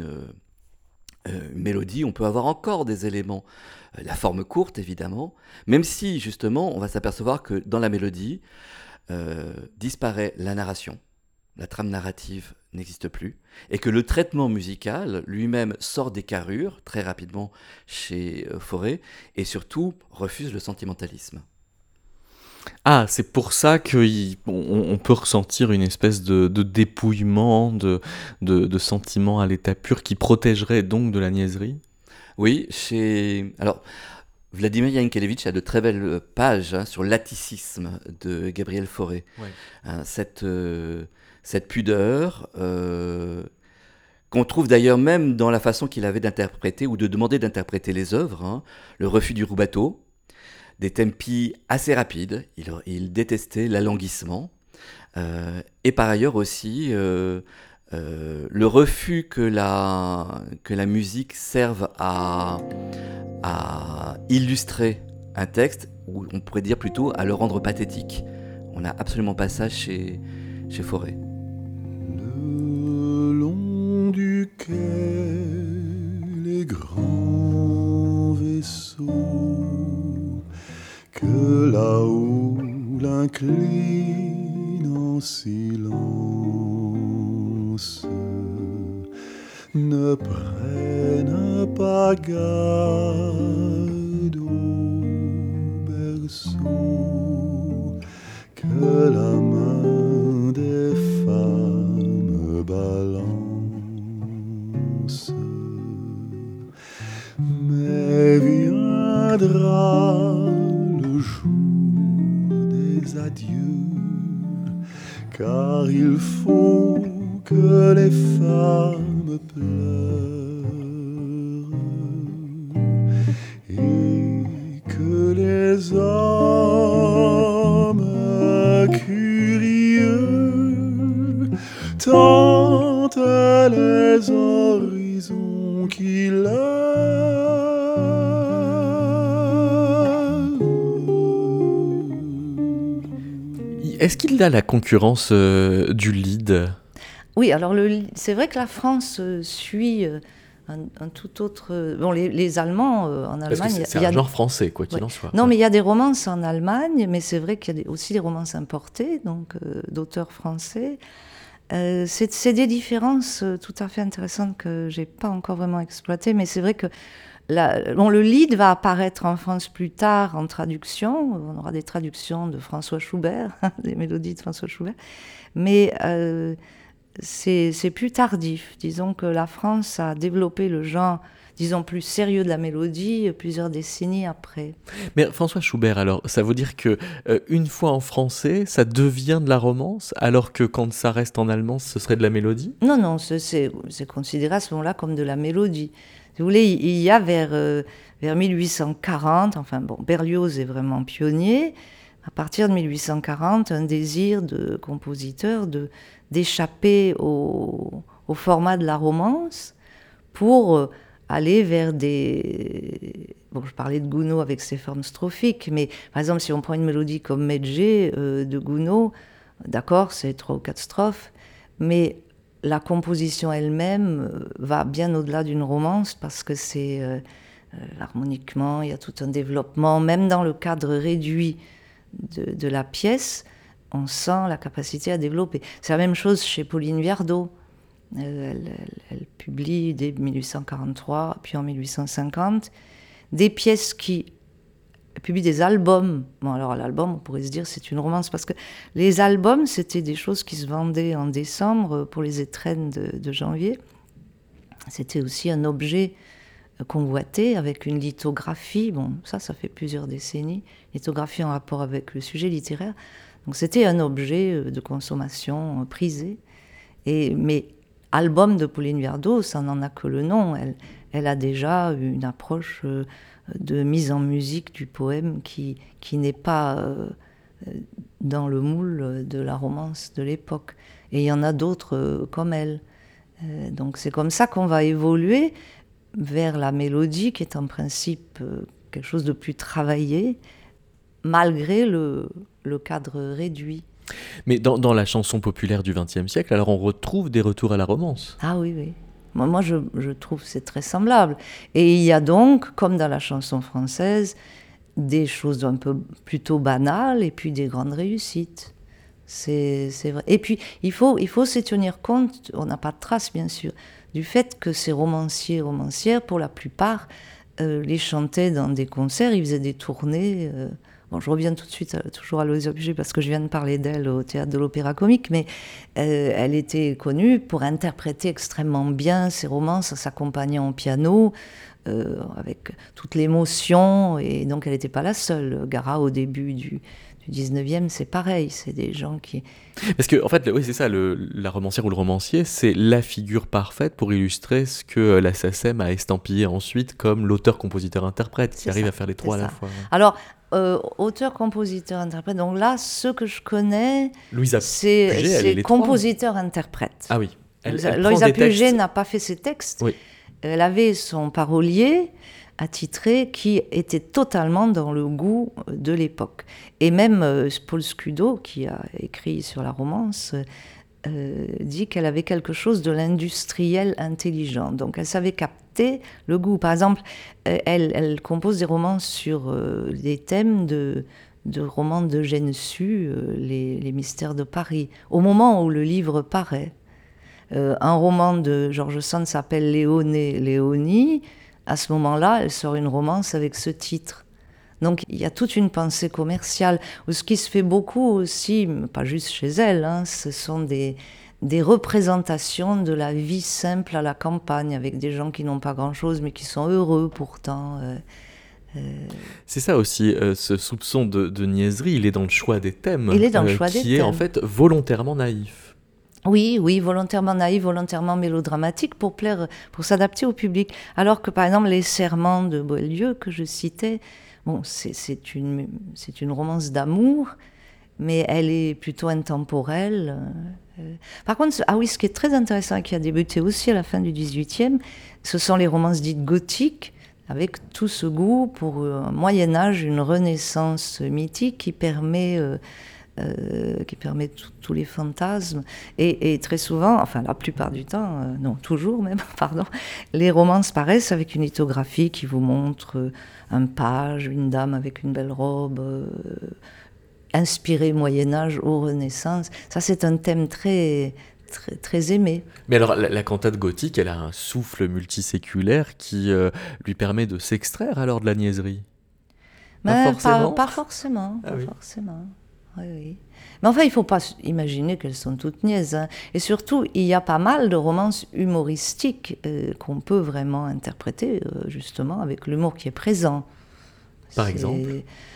euh, une mélodie, on peut avoir encore des éléments. La forme courte, évidemment, même si, justement, on va s'apercevoir que dans la mélodie, euh, disparaît la narration. La trame narrative n'existe plus, et que le traitement musical lui-même sort des carrures très rapidement chez euh, Fauré, et surtout refuse le sentimentalisme. Ah, c'est pour ça qu'on on peut ressentir une espèce de, de dépouillement, de, de, de sentiment à l'état pur qui protégerait donc de la niaiserie. Oui, chez... Alors, Vladimir Yankelevitch a de très belles pages hein, sur l'atticisme de Gabriel Fauré. Ouais. Hein, cette, euh, cette pudeur, euh, qu'on trouve d'ailleurs même dans la façon qu'il avait d'interpréter ou de demander d'interpréter les œuvres. Hein, le refus du rubato, des tempi assez rapides, il, il détestait l'alanguissement. Euh, et par ailleurs aussi... Euh, Euh, le refus que la, que la musique serve à, à illustrer un texte, ou on pourrait dire plutôt à le rendre pathétique. On n'a absolument pas ça chez, chez Fauré. Le long du quai, les grands vaisseaux que là-haut l'incline en silence ne prennent pas garde au berceau que la main des femmes balance. Mais viendra le jour des adieux, car il faut que les femmes pleurent et que les hommes curieux tentent les horizons qu'il aime. Est-ce qu'il a la concurrence euh, du Lied ? Oui, alors le, c'est vrai que la France euh, suit euh, un, un tout autre... euh, bon, les, les Allemands, euh, en Allemagne... Parce que c'est, c'est il y a, un genre français, quoi qu'il ouais. en soit. Non, ouais. mais il y a des romances en Allemagne, mais c'est vrai qu'il y a des, aussi des romances importées, donc euh, d'auteurs français. Euh, c'est, c'est des différences euh, tout à fait intéressantes que j'ai pas encore vraiment exploitées, mais c'est vrai que la, bon, le Lied va apparaître en France plus tard en traduction. On aura des traductions de François Schubert, les mélodies de François Schubert, mais euh, c'est, c'est plus tardif. Disons que la France a développé le genre, disons, plus sérieux de la mélodie plusieurs décennies après. Mais François Schubert, alors, ça veut dire que euh, une fois en français, ça devient de la romance, alors que quand ça reste en allemand, ce serait de la mélodie ? Non, non, c'est, c'est, c'est considéré à ce moment-là comme de la mélodie. Si vous voulez, il y a vers, euh, vers mille huit cent quarante, enfin bon, Berlioz est vraiment pionnier, à partir de mille huit cent quarante, un désir de compositeur de, d'échapper au, au format de la romance pour euh, aller vers des... Bon, je parlais de Gounod avec ses formes strophiques, mais par exemple, si on prend une mélodie comme Medjay euh, de Gounod, d'accord, c'est trois ou quatre strophes, mais la composition elle-même euh, va bien au-delà d'une romance parce que c'est euh, euh, harmoniquement, il y a tout un développement, même dans le cadre réduit de, de la pièce, on sent la capacité à développer. C'est la même chose chez Pauline Viardot. Euh, elle, elle, elle publie dès mille huit cent quarante-trois, puis en mille huit cent cinquante, des pièces qui... Elle publie des albums. Bon, alors l'album, on pourrait se dire, c'est une romance, parce que les albums, c'était des choses qui se vendaient en décembre pour les étrennes de, de janvier. C'était aussi un objet convoité avec une lithographie. Bon, ça, ça fait plusieurs décennies. Lithographie en rapport avec le sujet littéraire. Donc c'était un objet de consommation prisé. Et, mais album de Pauline Viardot, ça n'en a que le nom. Elle, elle a déjà une approche... Euh, de mise en musique du poème qui, qui n'est pas euh, dans le moule de la romance de l'époque. Et il y en a d'autres euh, comme elle. Euh, donc c'est comme ça qu'on va évoluer vers la mélodie, qui est en principe euh, quelque chose de plus travaillé, malgré le, le cadre réduit. Mais dans, dans la chanson populaire du vingtième siècle, alors on retrouve des retours à la romance. Ah oui, oui. Moi, je, je trouve que c'est très semblable. Et il y a donc, comme dans la chanson française, des choses un peu plutôt banales et puis des grandes réussites. C'est, c'est vrai. Et puis, il faut, il faut se tenir compte, on n'a pas de trace, bien sûr, du fait que ces romanciers et romancières, pour la plupart, euh, les chantaient dans des concerts, ils faisaient des tournées... Euh, Bon, je reviens tout de suite, euh, toujours à Aloysia Buger, parce que je viens de parler d'elle au Théâtre de l'Opéra Comique, mais euh, elle était connue pour interpréter extrêmement bien ses romances, s'accompagnant au piano, euh, avec toute l'émotion, et donc elle n'était pas la seule. Garat, au début du, du dix-neuvième, c'est pareil, c'est des gens qui... Parce que, en fait, oui, c'est ça, le, la romancière ou le romancier, c'est la figure parfaite pour illustrer ce que la S A C E M a estampillé ensuite comme l'auteur-compositeur-interprète, qui c'est arrive ça, à faire les trois à la ça. fois. Alors, euh, auteur, compositeur, interprète. Donc là, ceux que je connais, Louisa c'est, Puget, elle est c'est les trois. compositeur, interprète. Ah oui. Elle, elle Louisa prend des Puget textes. n'a pas fait ses textes. Oui. Elle avait son parolier attitré qui était totalement dans le goût de l'époque. Et même euh, Paul Scudo, qui a écrit sur la romance, euh, dit qu'elle avait quelque chose de l'industriel intelligent. Donc elle savait capter le goût. Par exemple, euh, elle, elle compose des romances sur euh, des thèmes de, de romans d'Eugène Sue, euh, les, les mystères de Paris, au moment où le livre paraît. Euh, un roman de George Sand s'appelle Léoné, Léonie. À ce moment-là, elle sort une romance avec ce titre. Donc il y a toute une pensée commerciale. Ce qui se fait beaucoup aussi, pas juste chez elle, hein, ce sont des, des représentations de la vie simple à la campagne, avec des gens qui n'ont pas grand-chose, mais qui sont heureux pourtant. Euh, euh... C'est ça aussi, euh, ce soupçon de, de niaiserie, il est dans le choix des thèmes. Il est dans le euh, choix des qui thèmes. est en fait volontairement naïf. Oui, oui, volontairement naïf, volontairement mélodramatique pour plaire, pour s'adapter au public. Alors que, par exemple, Les Serments de Boieldieu, que je citais, bon, c'est, c'est une, c'est une romance d'amour, mais elle est plutôt intemporelle. Par contre, ah oui, ce qui est très intéressant et qui a débuté aussi à la fin du dix-huitième, ce sont les romances dites gothiques, avec tout ce goût pour un Moyen-Âge, une renaissance mythique qui permet, euh, euh, qui permet tous les fantasmes. Et, et très souvent, enfin la plupart du temps, euh, non, toujours même, pardon, les romances paraissent avec une lithographie qui vous montre euh, un page, une dame avec une belle robe, euh, inspiré Moyen-Âge ou Renaissance. Ça, c'est un thème très, très, très aimé. Mais alors, la, la cantate gothique, elle a un souffle multiséculaire qui euh, lui permet de s'extraire alors de la niaiserie. Mais pas forcément. Pas, pas forcément. Ah pas oui. forcément. Oui, oui. Mais enfin, il ne faut pas imaginer qu'elles sont toutes niaises. Hein. Et surtout, il y a pas mal de romances humoristiques euh, qu'on peut vraiment interpréter, euh, justement, avec l'humour qui est présent. Par C'est... exemple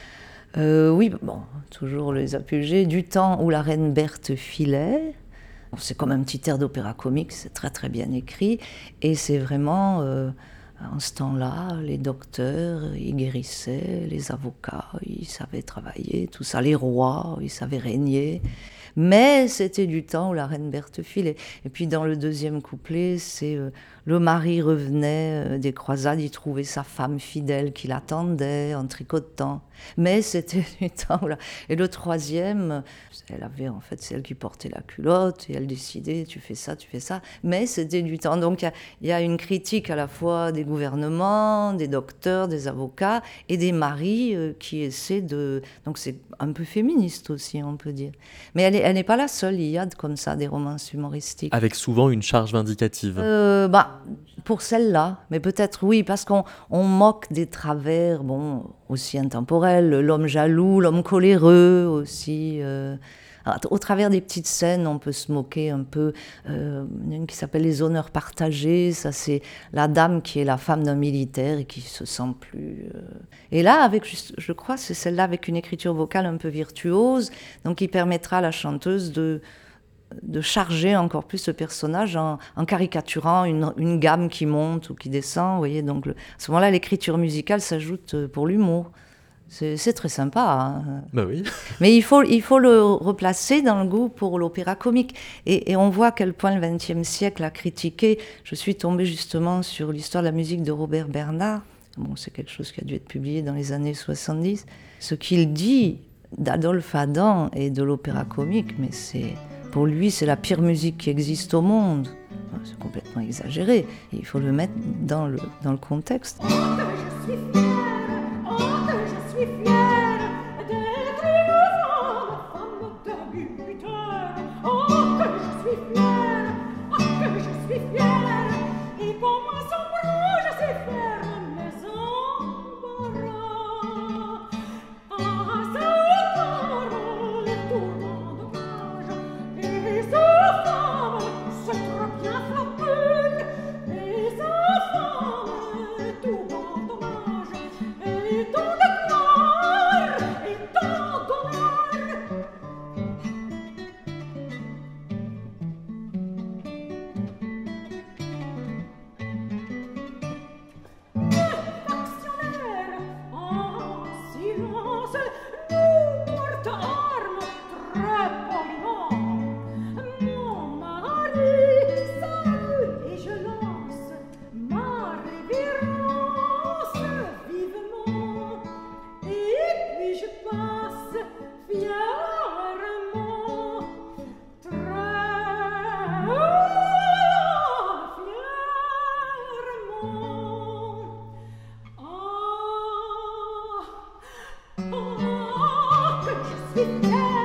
Euh, oui, bon, toujours les apogées du temps où la reine Berthe filait. C'est comme un petit air d'opéra comique, c'est très très bien écrit. Et c'est vraiment, euh, en ce temps-là, les docteurs, ils guérissaient, les avocats, ils savaient travailler, tout ça, les rois, ils savaient régner. Mais c'était du temps où la reine Berthe filait. Et puis dans le deuxième couplet, c'est euh, le mari revenait euh, des croisades, il trouvait sa femme fidèle qui l'attendait en tricotant. Mais c'était du temps où là. Et le troisième, elle avait en fait celle qui portait la culotte et elle décidait tu fais ça, tu fais ça. Mais c'était du temps. Donc il y, y a une critique à la fois des gouvernements, des docteurs, des avocats et des maris euh, qui essaient de. Donc c'est un peu féministe aussi, on peut dire. Mais elle est Elle n'est pas la seule, il y a comme ça des romances humoristiques. Avec souvent une charge vindicative. Euh, bah, pour celle-là, mais peut-être oui, parce qu'on on moque des travers, bon, aussi intemporels, l'homme jaloux, l'homme coléreux aussi. Euh, au travers des petites scènes, on peut se moquer un peu. Euh, il y a une qui s'appelle Les honneurs partagés, ça c'est la dame qui est la femme d'un militaire et qui se sent plus... Euh... Et là, avec, je crois, c'est celle-là avec une écriture vocale un peu virtuose, donc qui permettra à la chanteuse de, de charger encore plus ce personnage en, en caricaturant une, une gamme qui monte ou qui descend. Vous voyez, donc le, à ce moment-là, l'écriture musicale s'ajoute pour l'humour. C'est, c'est très sympa. Hein. Bah oui. Mais il faut, il faut le replacer dans le goût pour l'opéra comique. Et, et on voit à quel point le vingtième siècle a critiqué. Je suis tombée justement sur l'histoire de la musique de Robert Bernard. Bon, c'est quelque chose qui a dû être publié dans les années soixante-dix. Ce qu'il dit d'Adolphe Adam et de l'opéra comique, mais c'est, pour lui, c'est la pire musique qui existe au monde. C'est complètement exagéré. Il faut le mettre dans le, dans le contexte. Oh, que je suis fière.